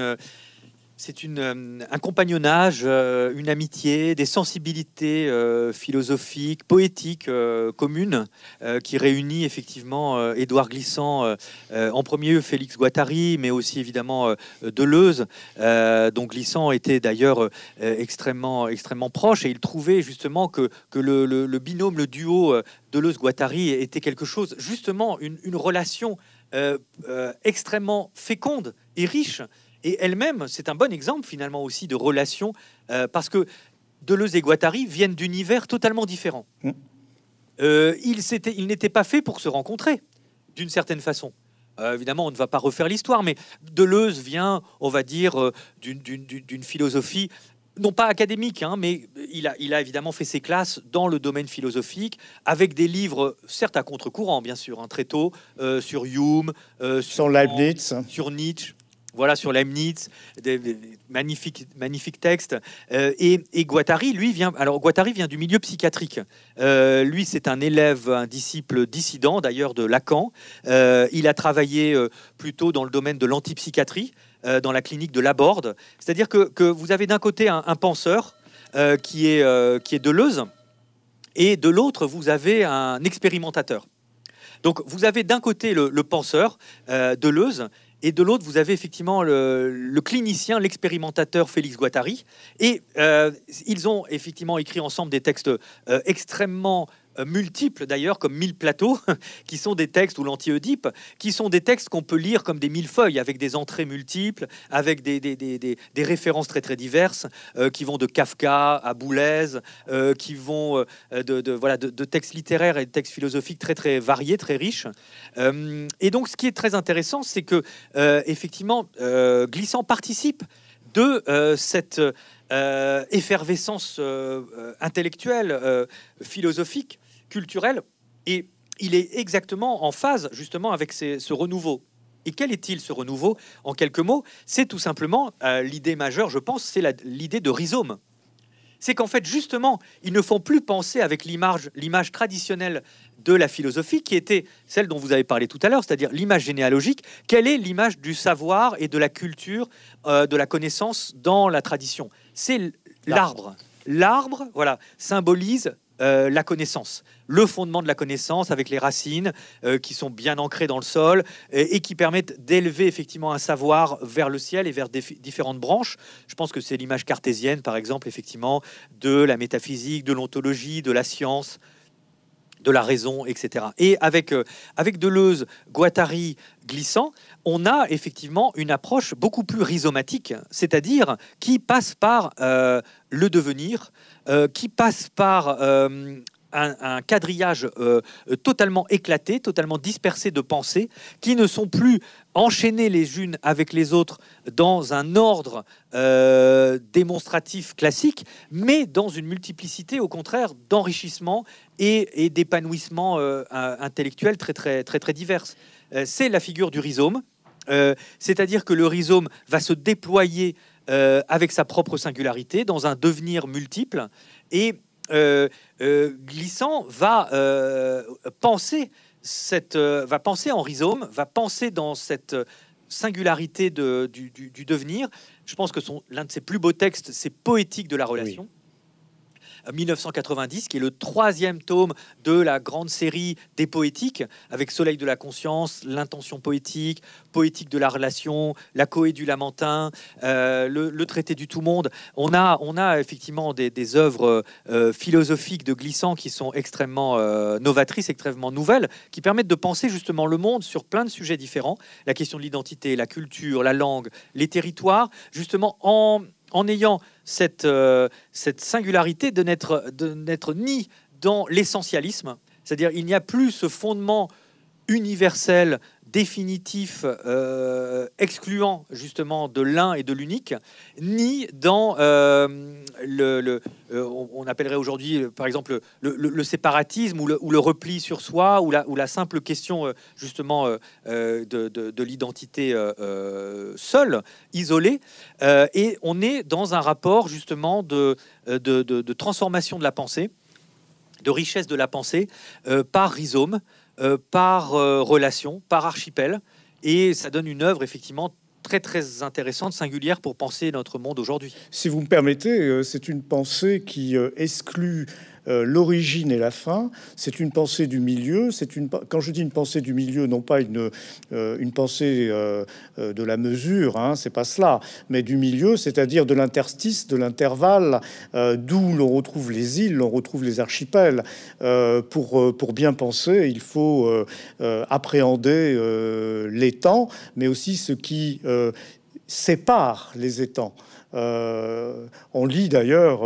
c'est un compagnonnage, une amitié, des sensibilités philosophiques, poétiques communes qui réunit effectivement Édouard Glissant, en premier lieu Félix Guattari, mais aussi évidemment Deleuze. Donc Glissant était d'ailleurs extrêmement proche et il trouvait justement que le binôme, le duo Deleuze-Guattari était quelque chose, justement une relation extrêmement féconde et riche. Et elle-même, c'est un bon exemple finalement aussi de relation, parce que Deleuze et Guattari viennent d'univers totalement différents. Ils n'étaient pas faits pour se rencontrer, d'une certaine façon. Évidemment, on ne va pas refaire l'histoire, mais Deleuze vient, on va dire, d'une philosophie, non pas académique, mais il a évidemment fait ses classes dans le domaine philosophique, avec des livres, certes à contre-courant, bien sûr, très tôt, sur Hume, sur Leibniz, sur Nietzsche. Voilà, sur Leibniz, des magnifiques textes. Et Guattari, lui, vient du milieu psychiatrique. Lui, c'est un élève, un disciple dissident, d'ailleurs, de Lacan. Il a travaillé plutôt dans le domaine de l'antipsychiatrie, dans la clinique de Laborde. C'est-à-dire que vous avez d'un côté un penseur qui est Deleuze, et de l'autre, vous avez un expérimentateur. Donc, vous avez d'un côté le penseur, Deleuze, et de l'autre, vous avez effectivement le clinicien, l'expérimentateur Félix Guattari. Et ils ont effectivement écrit ensemble des textes extrêmement multiples, d'ailleurs, comme 1000 plateaux, qui sont des textes, ou l'anti-Oedipe, qui sont des textes qu'on peut lire comme des millefeuilles, avec des entrées multiples, avec des références très très diverses, qui vont de Kafka à Boulez, qui vont de textes littéraires et de textes philosophiques très très variés, très riches. Et donc, ce qui est très intéressant, c'est que effectivement, Glissant participe de cette effervescence intellectuelle, philosophique, culturelle, et il est exactement en phase justement avec ce renouveau. Et quel est-il, ce renouveau? En quelques mots, c'est tout simplement l'idée majeure, je pense, c'est l'idée de rhizome. C'est qu'en fait, justement, ils ne font plus penser avec l'image traditionnelle de la philosophie, qui était celle dont vous avez parlé tout à l'heure, c'est-à-dire l'image généalogique. Quelle est l'image du savoir et de la culture, de la connaissance dans la tradition? C'est l'arbre. L'arbre, voilà, symbolise la connaissance, le fondement de la connaissance, avec les racines qui sont bien ancrées dans le sol et qui permettent d'élever effectivement un savoir vers le ciel et vers différentes branches. Je pense que c'est l'image cartésienne, par exemple, effectivement, de la métaphysique, de l'ontologie, de la science, de la raison, etc. Et avec Deleuze, Guattari, Glissant, on a effectivement une approche beaucoup plus rhizomatique, c'est-à-dire qui passe par le devenir, qui passe par un quadrillage totalement éclaté, totalement dispersé de pensées, qui ne sont plus enchaînées les unes avec les autres dans un ordre démonstratif classique, mais dans une multiplicité, au contraire, d'enrichissement et d'épanouissement intellectuel très, très, très, très diverses. C'est la figure du rhizome, c'est-à-dire que le rhizome va se déployer avec sa propre singularité dans un devenir multiple, et Glissant va penser en rhizome, va penser dans cette singularité du devenir. Je pense que l'un de ses plus beaux textes, c'est Poétique de la relation. Oui. 1990, qui est le 3e tome de la grande série des poétiques, avec Soleil de la conscience, l'intention poétique, Poétique de la relation, la Coë du Lamentin, le traité du tout monde. On a effectivement des œuvres philosophiques de Glissant qui sont extrêmement novatrices, extrêmement nouvelles, qui permettent de penser justement le monde sur plein de sujets différents, la question de l'identité, la culture, la langue, les territoires, justement en ayant cette singularité de n'être ni dans l'essentialisme, c'est-à-dire il n'y a plus ce fondement universel, définitif, excluant justement de l'un et de l'unique, ni dans on appellerait aujourd'hui, par exemple, le séparatisme ou le repli sur soi, ou la simple question justement de l'identité seule, isolée, et on est dans un rapport justement de transformation de la pensée, de richesse de la pensée par rhizome, par relation, par archipel, et ça donne une œuvre effectivement très très intéressante, singulière pour penser notre monde aujourd'hui. Si vous me permettez, c'est une pensée qui exclut l'origine et la fin. C'est une pensée du milieu. Quand je dis une pensée du milieu, non pas une pensée de la mesure, hein, c'est pas cela, mais du milieu, c'est-à-dire de l'interstice, de l'intervalle, d'où l'on retrouve les îles, l'on retrouve les archipels. Pour bien penser, il faut appréhender les temps, mais aussi ce qui sépare les étangs. On lit d'ailleurs,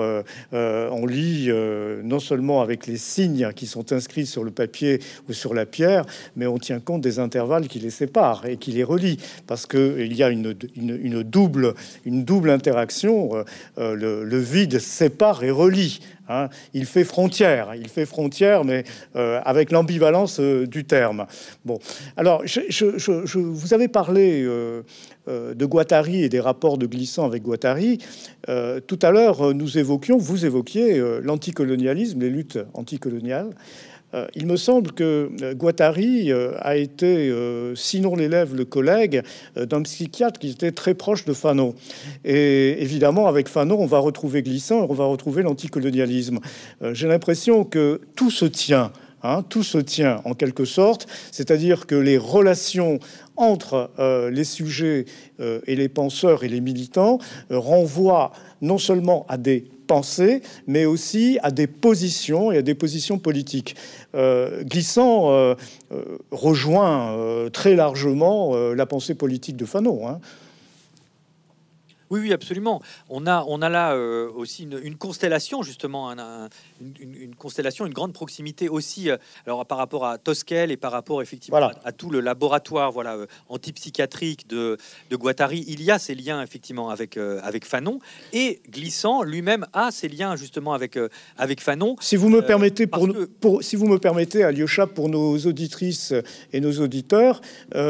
non seulement avec les signes qui sont inscrits sur le papier ou sur la pierre, mais on tient compte des intervalles qui les séparent et qui les relient, parce qu'il y a une double interaction. Le vide sépare et relie. hein. Il fait frontière, mais avec l'ambivalence du terme. Bon, alors, vous avez parlé de Guattari et des rapports de Glissant avec Guattari. Tout à l'heure, vous évoquiez l'anticolonialisme, les luttes anticoloniales. Il me semble que Guattari a été, sinon l'élève, le collègue d'un psychiatre qui était très proche de Fanon. Et évidemment, avec Fanon, on va retrouver Glissant et on va retrouver l'anticolonialisme. J'ai l'impression que tout se tient. Tout se tient en quelque sorte, c'est-à-dire que les relations entre les sujets et les penseurs et les militants renvoient non seulement à des pensées, mais aussi à des positions et à des positions politiques. Glissant rejoint très largement la pensée politique de Fanon. Oui, oui, absolument. On a là aussi une constellation, justement, une constellation, une grande proximité aussi, alors par rapport à Tosquel et par rapport effectivement Voilà. à tout le laboratoire antipsychiatrique de Guattari. Il y a ces liens effectivement avec Fanon, et Glissant lui-même a ces liens justement avec Fanon. Si vous me permettez, si vous me permettez, Alyosha, pour nos auditrices et nos auditeurs,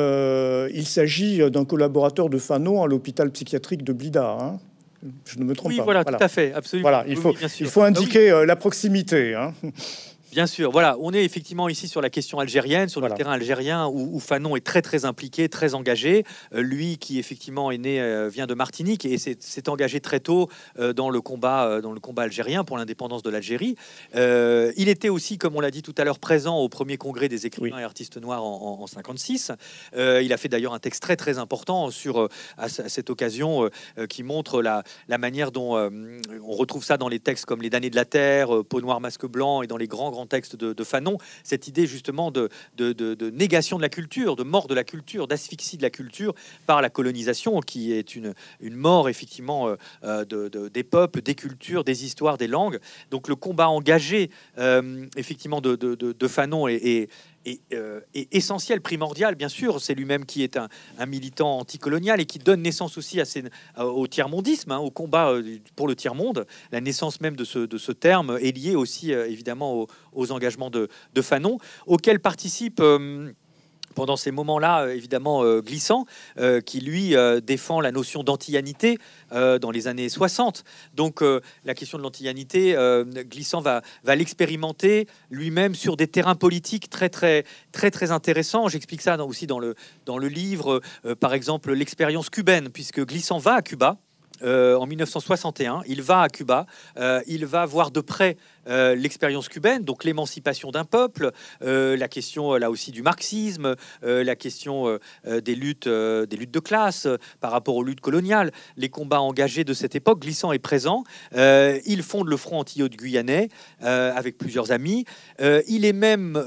il s'agit d'un collaborateur de Fanon à l'hôpital psychiatrique de Blida. Je ne me trompe pas. Voilà, tout à fait, absolument. Voilà, il faut indiquer la proximité. Bien sûr, voilà, on est effectivement ici sur la question algérienne, sur le terrain algérien où Fanon est très très impliqué, très engagé. Lui qui effectivement est né, vient de Martinique et s'est engagé très tôt dans le combat algérien pour l'indépendance de l'Algérie. Il était aussi, comme on l'a dit tout à l'heure, présent au premier congrès des écrivains et artistes noirs en 56. Il a fait d'ailleurs un texte très très important à cette occasion qui montre la manière dont on retrouve ça dans les textes comme Les damnés de la terre, Peau noire, masque blanc, et dans les grands textes de Fanon, cette idée justement de négation de la culture, de mort de la culture, d'asphyxie de la culture par la colonisation, qui est une mort effectivement des peuples, des cultures, des histoires, des langues. Donc le combat engagé effectivement de Fanon est essentiel, primordial, bien sûr. C'est lui-même qui est un militant anticolonial et qui donne naissance aussi au tiers-mondisme, au combat pour le tiers-monde. La naissance même de ce terme est liée aussi évidemment aux engagements de Fanon, auxquels participe pendant ces moments-là, évidemment, Glissant, qui, lui, défend la notion d'antillanité dans les années 60. Donc, la question de l'antillanité, Glissant va l'expérimenter lui-même sur des terrains politiques très, très, très, très intéressants. J'explique ça aussi dans le livre, par exemple, l'expérience cubaine, puisque Glissant va à Cuba. En 1961, il va à Cuba, il va voir de près l'expérience cubaine, donc l'émancipation d'un peuple, la question là aussi du marxisme, la question des luttes de classe par rapport aux luttes coloniales, les combats engagés de cette époque. Glissant est présent, il fonde le Front antillais guyanais avec plusieurs amis, il est même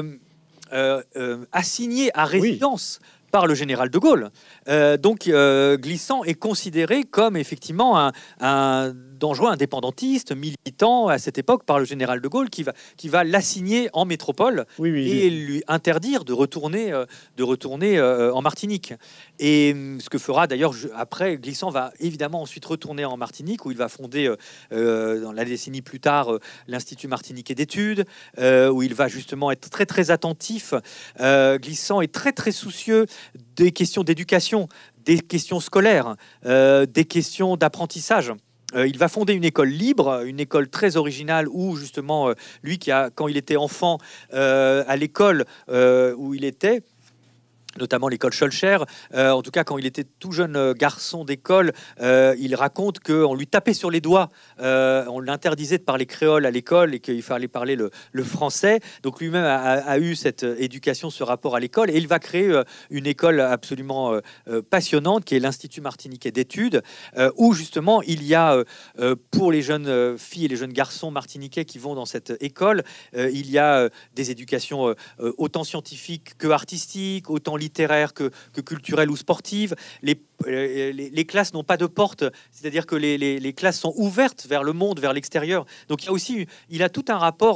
assigné à résidence par le général de Gaulle. Donc Glissant est considéré comme effectivement un dangereux indépendantiste, militant à cette époque par le général de Gaulle, qui va l'assigner en métropole et lui interdire de retourner en Martinique. Et ce que fera d'ailleurs après, Glissant va évidemment ensuite retourner en Martinique, où il va fonder dans la décennie plus tard l'Institut martiniquais d'études, où il va justement être très très attentif. Glissant est très très soucieux des questions d'éducation, des questions scolaires, des questions d'apprentissage. Il va fonder une école libre, une école très originale où justement, lui quand il était enfant à l'école où il était, notamment l'école Schœlcher, en tout cas quand il était tout jeune garçon d'école, il raconte qu'on lui tapait sur les doigts, on l'interdisait de parler créole à l'école et qu'il fallait parler le français. Donc lui-même a eu cette éducation, ce rapport à l'école, et il va créer une école absolument passionnante qui est l'Institut martiniquais d'études, où justement il y a pour les jeunes filles et les jeunes garçons martiniquais qui vont dans cette école, il y a des éducations autant scientifiques que artistiques, autant littéraire que culturelle ou sportive. Les classes n'ont pas de porte, c'est-à-dire que les classes sont ouvertes vers le monde, vers l'extérieur. Donc il y a aussi, il a tout un rapport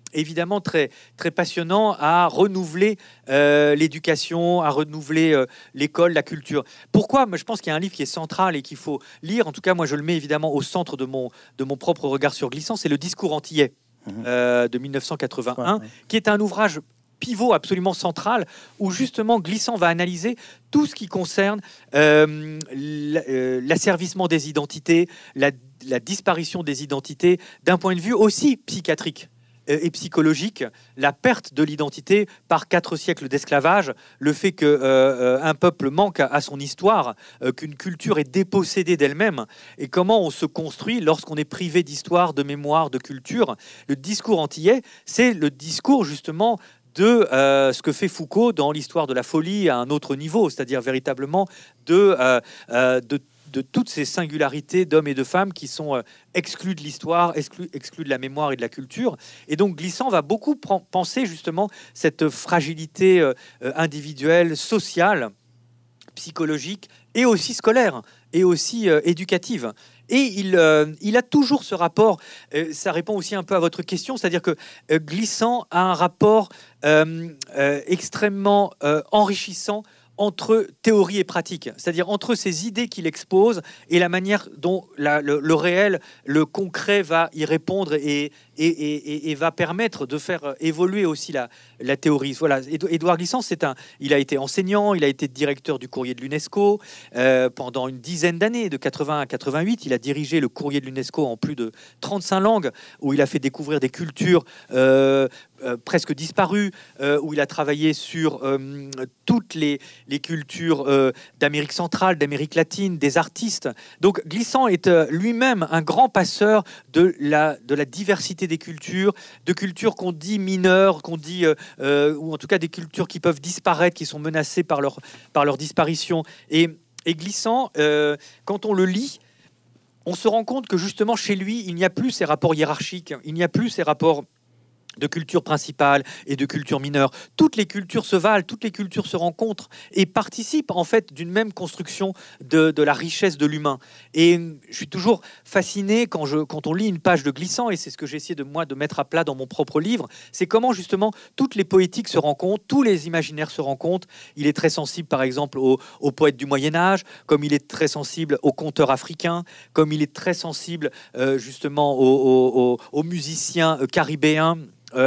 évidemment très, très passionnant à renouveler l'éducation, à renouveler l'école, la culture. Pourquoi? Moi, je pense qu'il y a un livre qui est central et qu'il faut lire. En tout cas, moi, je le mets évidemment au centre de mon propre regard sur Glissant. C'est le Discours antillais de 1981, qui est un ouvrage pivot absolument central où justement Glissant va analyser tout ce qui concerne l'asservissement des identités, la disparition des identités d'un point de vue aussi psychiatrique et psychologique, la perte de l'identité par 4 siècles d'esclavage, le fait que un peuple manque à son histoire, qu'une culture est dépossédée d'elle-même, et comment on se construit lorsqu'on est privé d'histoire, de mémoire, de culture. Le discours antillais, c'est le discours justement de ce que fait Foucault dans l'histoire de la folie à un autre niveau, c'est-à-dire véritablement de toutes ces singularités d'hommes et de femmes qui sont exclus de l'histoire, exclus de la mémoire et de la culture. Et donc Glissant va beaucoup penser justement cette fragilité individuelle, sociale, psychologique et aussi scolaire et aussi éducative. Et il a toujours ce rapport, ça répond aussi un peu à votre question, c'est-à-dire que Glissant a un rapport extrêmement enrichissant entre théorie et pratique, c'est-à-dire entre ces idées qu'il expose et la manière dont le réel, le concret va y répondre et va permettre de faire évoluer aussi la théorie. Voilà, Édouard Glissant, il a été enseignant, il a été directeur du courrier de l'UNESCO pendant une dizaine d'années, de 80 à 88. Il a dirigé le courrier de l'UNESCO en plus de 35 langues, où il a fait découvrir des cultures presque disparues, où il a travaillé sur toutes les cultures d'Amérique centrale, d'Amérique latine, des artistes. Donc Glissant est lui-même un grand passeur de la diversité des cultures, de cultures qu'on dit mineures, qu'on dit, ou en tout cas des cultures qui peuvent disparaître, qui sont menacées par leur disparition. Et Glissant, quand on le lit, on se rend compte que justement chez lui, il n'y a plus ces rapports hiérarchiques, il n'y a plus ces rapports de culture principale et de culture mineure. Toutes les cultures se valent, toutes les cultures se rencontrent et participent en fait d'une même construction de la richesse de l'humain. Et je suis toujours fasciné quand on lit une page de Glissant, et c'est ce que j'ai essayé de mettre à plat dans mon propre livre, c'est comment justement toutes les poétiques se rencontrent, tous les imaginaires se rencontrent. Il est très sensible par exemple aux poètes du Moyen-Âge, comme il est très sensible aux conteurs africains, comme il est très sensible justement aux musiciens caribéens.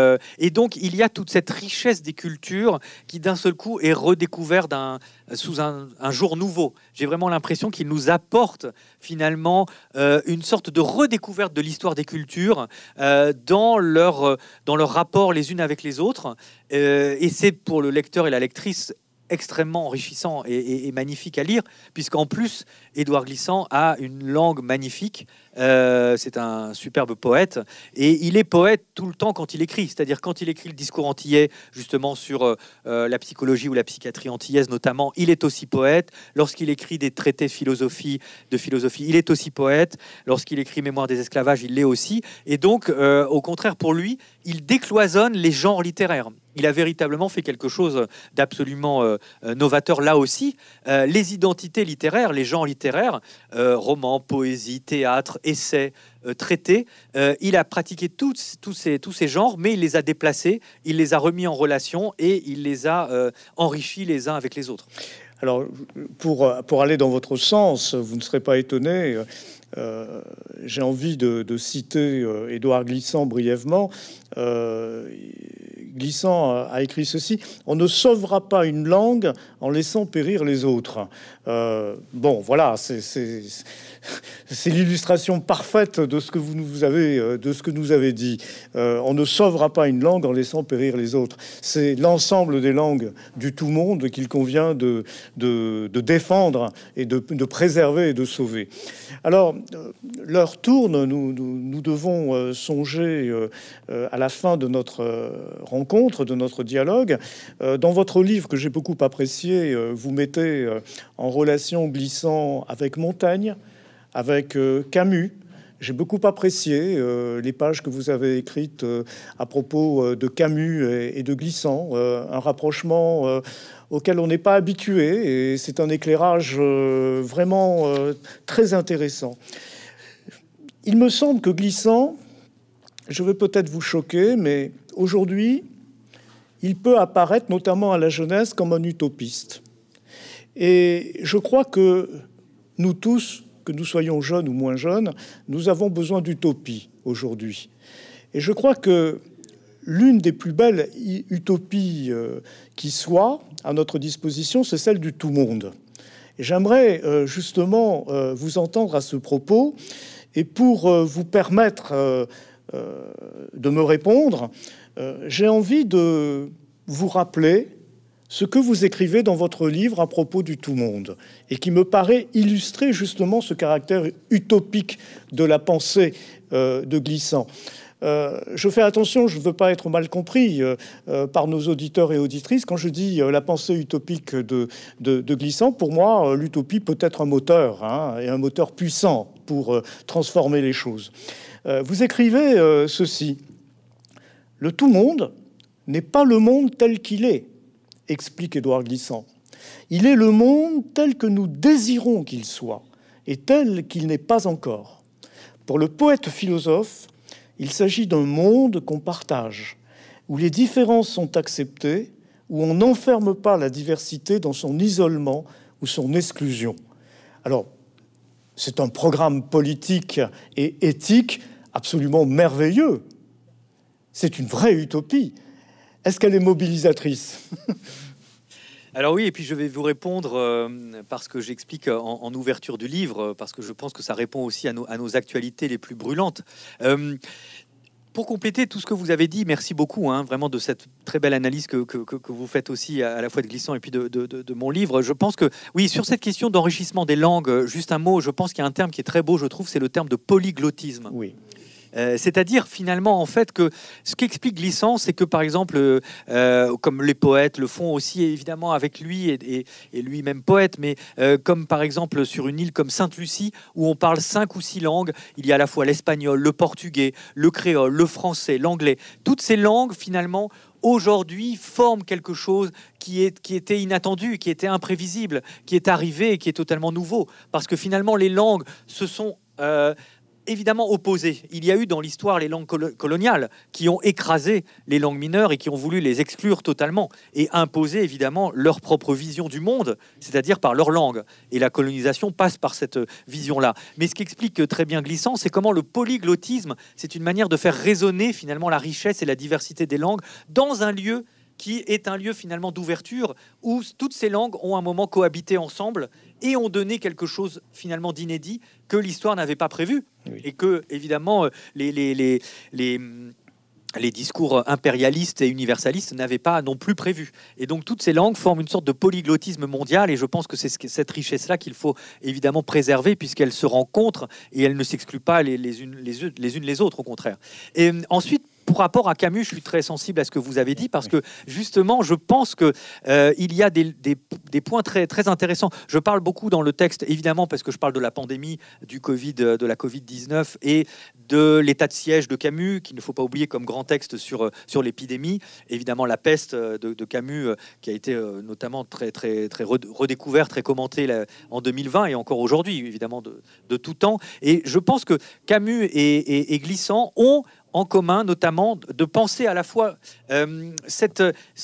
Et donc il y a toute cette richesse des cultures qui d'un seul coup est redécouverte sous un jour nouveau. J'ai vraiment l'impression qu'il nous apporte finalement une sorte de redécouverte de l'histoire des cultures dans leur rapport les unes avec les autres, et c'est pour le lecteur et la lectrice extrêmement enrichissant et magnifique à lire, puisqu'en plus Édouard Glissant a une langue magnifique. C'est un superbe poète, et il est poète tout le temps quand il écrit, c'est-à-dire quand il écrit le discours antillais justement sur la psychologie ou la psychiatrie antillaise notamment, il est aussi poète. Lorsqu'il écrit des traités de philosophie, il est aussi poète. Lorsqu'il écrit Mémoire des esclavages, il l'est aussi. Et donc au contraire, pour lui, il décloisonne les genres littéraires. Il a véritablement fait quelque chose d'absolument novateur là aussi. Les identités littéraires, les genres littéraires, romans, poésie, théâtre, essais, traités, il a pratiqué tous ces genres, mais il les a déplacés, il les a remis en relation et il les a enrichis les uns avec les autres. Alors, pour aller dans votre sens, vous ne serez pas étonné, j'ai envie de citer Édouard Glissant brièvement. Glissant a écrit ceci: on ne sauvera pas une langue en laissant périr les autres. Bon, voilà, c'est l'illustration parfaite de ce que nous avez dit. On ne sauvera pas une langue en laissant périr les autres. C'est l'ensemble des langues du tout monde qu'il convient de défendre et de préserver et de sauver. Alors, l'heure tourne, nous devons songer à la fin de notre rencontre, de notre dialogue. Dans votre livre, que j'ai beaucoup apprécié, vous mettez en relation Glissant avec Montaigne, avec Camus. J'ai beaucoup apprécié les pages que vous avez écrites à propos de Camus et de Glissant, un rapprochement auquel on n'est pas habitué, et c'est un éclairage vraiment très intéressant. Il me semble que Glissant, je vais peut-être vous choquer, mais aujourd'hui, il peut apparaître, notamment à la jeunesse, comme un utopiste. Et je crois que nous tous, que nous soyons jeunes ou moins jeunes, nous avons besoin d'utopie aujourd'hui. Et je crois que l'une des plus belles utopies qui soit à notre disposition, c'est celle du tout-monde. Et j'aimerais justement vous entendre à ce propos. Et pour vous permettre de me répondre, j'ai envie de vous rappeler ce que vous écrivez dans votre livre à propos du tout-monde, et qui me paraît illustrer justement ce caractère utopique de la pensée de Glissant. Je fais attention, je ne veux pas être mal compris par nos auditeurs et auditrices. Quand je dis la pensée utopique de Glissant, pour moi, l'utopie peut être un moteur, et un moteur puissant pour transformer les choses. Vous écrivez ceci: « Le tout-monde n'est pas le monde tel qu'il est, explique Édouard Glissant. Il est le monde tel que nous désirons qu'il soit et tel qu'il n'est pas encore. Pour le poète-philosophe, il s'agit d'un monde qu'on partage, où les différences sont acceptées, où on n'enferme pas la diversité dans son isolement ou son exclusion. » Alors, c'est un programme politique et éthique absolument merveilleux. C'est une vraie utopie. Est-ce qu'elle est mobilisatrice ? Alors oui, et puis je vais vous répondre parce que j'explique en ouverture du livre, parce que je pense que ça répond aussi à nos actualités les plus brûlantes. Pour compléter tout ce que vous avez dit, merci beaucoup, vraiment de cette très belle analyse que vous faites aussi à la fois de Glissant et puis de mon livre. Je pense que, oui, sur cette question d'enrichissement des langues, juste un mot, je pense qu'il y a un terme qui est très beau, je trouve, c'est le terme de polyglottisme. Oui. C'est-à-dire finalement en fait que ce qu'explique Glissant, c'est que par exemple comme les poètes le font aussi évidemment avec lui et lui-même poète, mais comme par exemple sur une île comme Sainte-Lucie où on parle 5 ou 6 langues, il y a à la fois l'espagnol, le portugais, le créole, le français, l'anglais. Toutes ces langues finalement aujourd'hui forment quelque chose qui était inattendu, qui était imprévisible, qui est arrivé et qui est totalement nouveau, parce que finalement les langues se sont évidemment opposées. Il y a eu dans l'histoire les langues coloniales qui ont écrasé les langues mineures et qui ont voulu les exclure totalement et imposer évidemment leur propre vision du monde, c'est-à-dire par leur langue. Et la colonisation passe par cette vision-là. Mais ce qu'explique très bien Glissant, c'est comment le polyglottisme, c'est une manière de faire résonner finalement la richesse et la diversité des langues dans un lieu qui est un lieu finalement d'ouverture où toutes ces langues ont un moment cohabité ensemble et ont donné quelque chose finalement d'inédit que l'histoire n'avait pas prévu. Oui. Et que évidemment les discours impérialistes et universalistes n'avaient pas non plus prévu. Et donc toutes ces langues forment une sorte de polyglottisme mondial et je pense que c'est cette richesse-là qu'il faut évidemment préserver puisqu'elles se rencontrent et elles ne s'excluent pas les unes les autres, au contraire. Et ensuite, pour rapport à Camus, je suis très sensible à ce que vous avez dit parce que justement, je pense que il y a des points très, très intéressants. Je parle beaucoup dans le texte, évidemment, parce que je parle de la pandémie, du Covid, de la Covid-19 et de l'état de siège de Camus, qu'il ne faut pas oublier comme grand texte sur l'épidémie. Évidemment, La peste de Camus, qui a été notamment très, très, très redécouvert, très commenté là, en 2020 et encore aujourd'hui, évidemment, de tout temps. Et je pense que Camus et Glissant ont en commun, notamment, de penser à la fois cette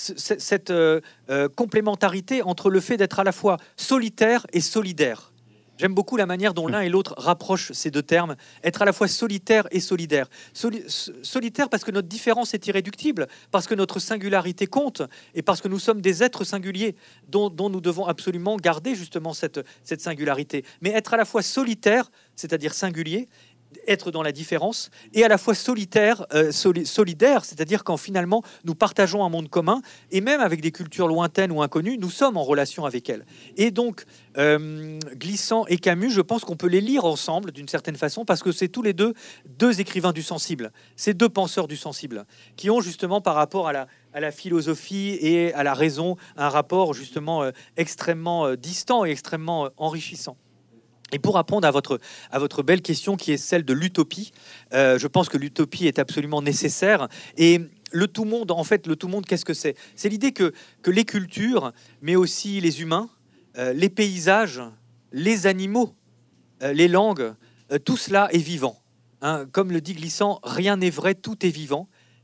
complémentarité entre le fait d'être à la fois solitaire et solidaire. J'aime beaucoup la manière dont l'un et l'autre rapprochent ces deux termes, être à la fois solitaire et solidaire. Solitaire parce que notre différence est irréductible, parce que notre singularité compte, et parce que nous sommes des êtres singuliers dont nous devons absolument garder justement cette singularité. Mais être à la fois solitaire, c'est-à-dire singulier, être dans la différence, et à la fois solitaire, solidaire, c'est-à-dire quand finalement nous partageons un monde commun, et même avec des cultures lointaines ou inconnues, nous sommes en relation avec elles. Et donc, Glissant et Camus, je pense qu'on peut les lire ensemble d'une certaine façon, parce que c'est tous les deux écrivains du sensible, ces deux penseurs du sensible, qui ont justement par rapport à la philosophie et à la raison, un rapport justement extrêmement distant et extrêmement enrichissant. Et pour répondre à votre belle question qui est celle de l'utopie, je pense que l'utopie est absolument nécessaire. Et le tout-monde, en fait, le tout-monde, qu'est-ce que c'est ? C'est l'idée que les cultures, mais aussi les humains, les paysages, les animaux, les langues, tout cela est vivant. Comme le dit Glissant, rien n'est vrai, tout est vivant.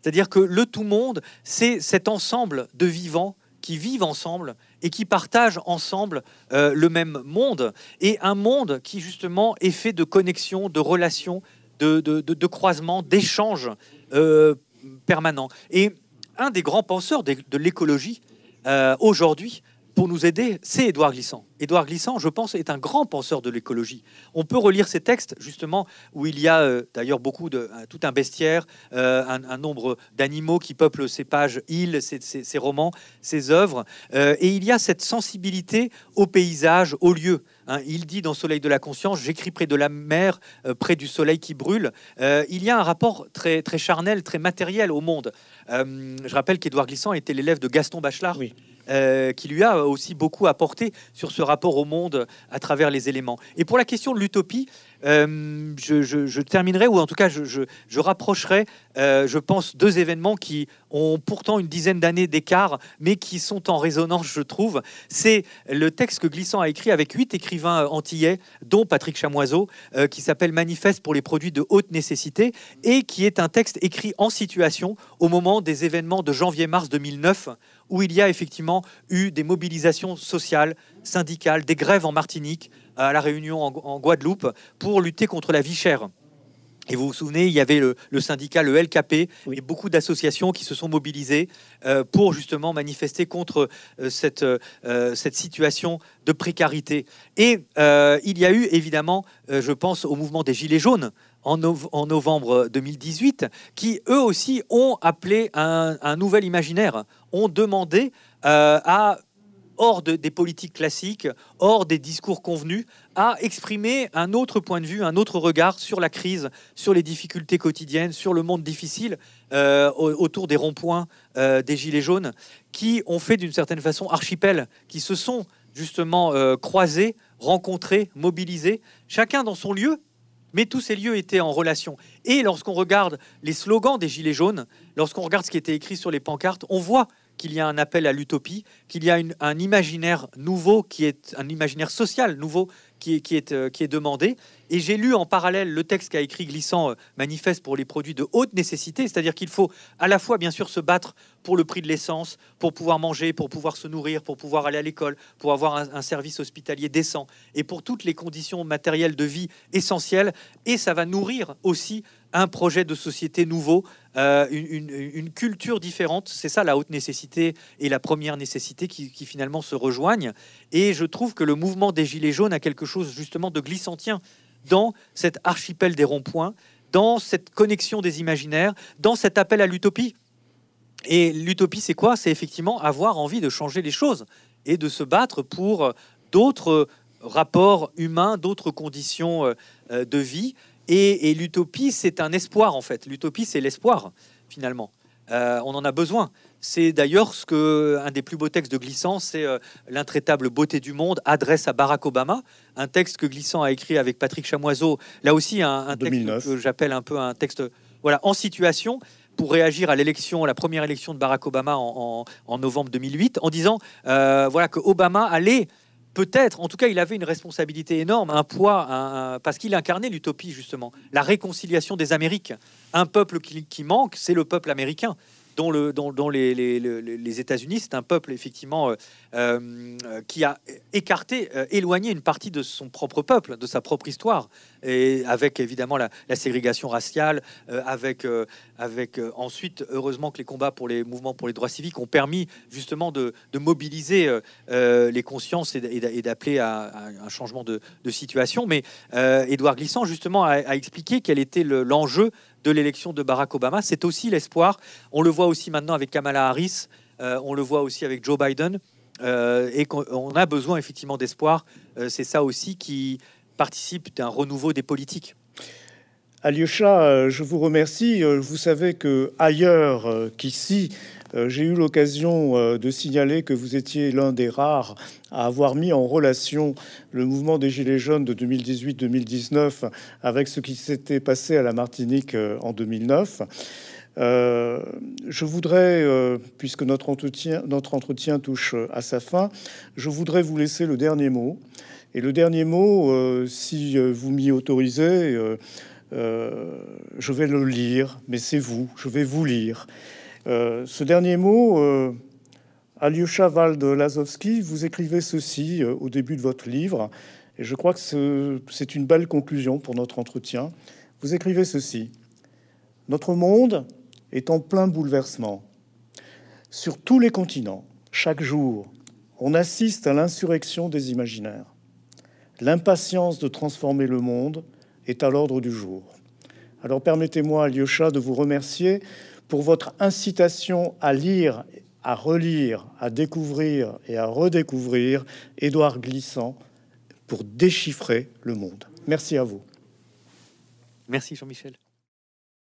C'est-à-dire que le tout-monde, c'est cet ensemble de vivants qui vivent ensemble et qui partagent ensemble le même monde, et un monde qui justement est fait de connexions, de relations, de croisements, d'échanges permanents. Et un des grands penseurs de l'écologie aujourd'hui, pour nous aider, c'est Édouard Glissant. Édouard Glissant, je pense, est un grand penseur de l'écologie. On peut relire ses textes, justement, où il y a d'ailleurs tout un bestiaire, un nombre d'animaux qui peuplent ses pages, ses romans, ses œuvres. Et il y a cette sensibilité au paysage, au lieu. Il dit dans Soleil de la conscience, j'écris près de la mer, près du soleil qui brûle. Il y a un rapport très, très charnel, très matériel au monde. Je rappelle qu'Édouard Glissant était l'élève de Gaston Bachelard. Oui. Qui lui a aussi beaucoup apporté sur ce rapport au monde à travers les éléments. Et pour la question de l'utopie, je terminerai, ou en tout cas je rapprocherai, je pense, deux événements qui ont pourtant une dizaine d'années d'écart, mais qui sont en résonance, je trouve. C'est le texte que Glissant a écrit avec 8 écrivains antillais, dont Patrick Chamoiseau, qui s'appelle Manifeste pour les produits de haute nécessité, et qui est un texte écrit en situation au moment des événements de janvier-mars 2009, où il y a effectivement eu des mobilisations sociales, syndicales, des grèves en Martinique, à La Réunion, en Guadeloupe, pour lutter contre la vie chère. Et vous vous souvenez, il y avait le syndicat, le LKP, oui, et beaucoup d'associations qui se sont mobilisées pour justement manifester contre cette situation de précarité. Et il y a eu évidemment, je pense au mouvement des Gilets jaunes, en novembre 2018, qui eux aussi ont appelé un nouvel imaginaire, ont demandé hors des politiques classiques, hors des discours convenus, à exprimer un autre point de vue, un autre regard sur la crise, sur les difficultés quotidiennes, sur le monde difficile, autour des ronds-points des Gilets jaunes, qui ont fait d'une certaine façon archipel, qui se sont justement croisés, rencontrés, mobilisés, chacun dans son lieu, mais tous ces lieux étaient en relation. Et lorsqu'on regarde les slogans des Gilets jaunes, lorsqu'on regarde ce qui était écrit sur les pancartes, on voit qu'il y a un appel à l'utopie, qu'il y a un imaginaire nouveau, qui est un imaginaire social nouveau qui est demandé. Et j'ai lu en parallèle le texte qu'a écrit Glissant, Manifeste pour les produits de haute nécessité, c'est-à-dire qu'il faut à la fois bien sûr se battre pour le prix de l'essence, pour pouvoir manger, pour pouvoir se nourrir, pour pouvoir aller à l'école, pour avoir un service hospitalier décent, et pour toutes les conditions matérielles de vie essentielles. Et ça va nourrir aussi un projet de société nouveau, une culture différente. C'est ça la haute nécessité et la première nécessité qui finalement se rejoignent. Et je trouve que le mouvement des Gilets jaunes a quelque chose justement de glissantien dans cet archipel des ronds-points, dans cette connexion des imaginaires, dans cet appel à l'utopie. Et l'utopie, c'est quoi? C'est effectivement avoir envie de changer les choses et de se battre pour d'autres rapports humains, d'autres conditions de vie. Et l'utopie, c'est un espoir, en fait. L'utopie, c'est l'espoir, finalement. On en a besoin. C'est d'ailleurs un des plus beaux textes de Glissant, c'est l'intraitable beauté du monde, adresse à Barack Obama, un texte que Glissant a écrit avec Patrick Chamoiseau. Là aussi, un texte que j'appelle un peu un texte, voilà, en situation, pour réagir à la première élection de Barack Obama en novembre 2008, en disant voilà, que Obama allait peut-être, en tout cas, il avait une responsabilité énorme, un poids, parce qu'il incarnait l'utopie, justement, la réconciliation des Amériques. Un peuple qui manque, c'est le peuple américain, dont les États-Unis, c'est un peuple, effectivement, qui a éloigné une partie de son propre peuple, de sa propre histoire, et avec, évidemment, la ségrégation raciale, avec ensuite, heureusement que les combats pour les mouvements pour les droits civiques ont permis, justement, de mobiliser les consciences et d'appeler à un changement de situation. Mais Édouard Glissant, justement, a expliqué quel était l'enjeu de l'élection de Barack Obama. C'est aussi l'espoir. On le voit aussi maintenant avec Kamala Harris, on le voit aussi avec Joe Biden, et qu'on a besoin effectivement d'espoir. C'est ça aussi qui participe d'un renouveau des politiques. Alyosha, je vous remercie. Vous savez que ailleurs qu'ici, j'ai eu l'occasion de signaler que vous étiez l'un des rares à avoir mis en relation le mouvement des Gilets jaunes de 2018-2019 avec ce qui s'était passé à la Martinique en 2009. Je voudrais, puisque notre entretien touche à sa fin, je voudrais vous laisser le dernier mot. Et le dernier mot, si vous m'y autorisez, Je vais le lire, mais c'est vous, je vais vous lire. Ce dernier mot, Alyosha Wald-Lazowski, vous écrivez ceci au début de votre livre, et je crois que c'est une belle conclusion pour notre entretien. Vous écrivez ceci: notre monde est en plein bouleversement. Sur tous les continents, chaque jour, on assiste à l'insurrection des imaginaires. L'impatience de transformer le monde est à l'ordre du jour. Alors permettez-moi, Alyosha, de vous remercier pour votre incitation à lire, à relire, à découvrir et à redécouvrir Édouard Glissant pour déchiffrer le monde. Merci à vous. Merci Jean-Michel.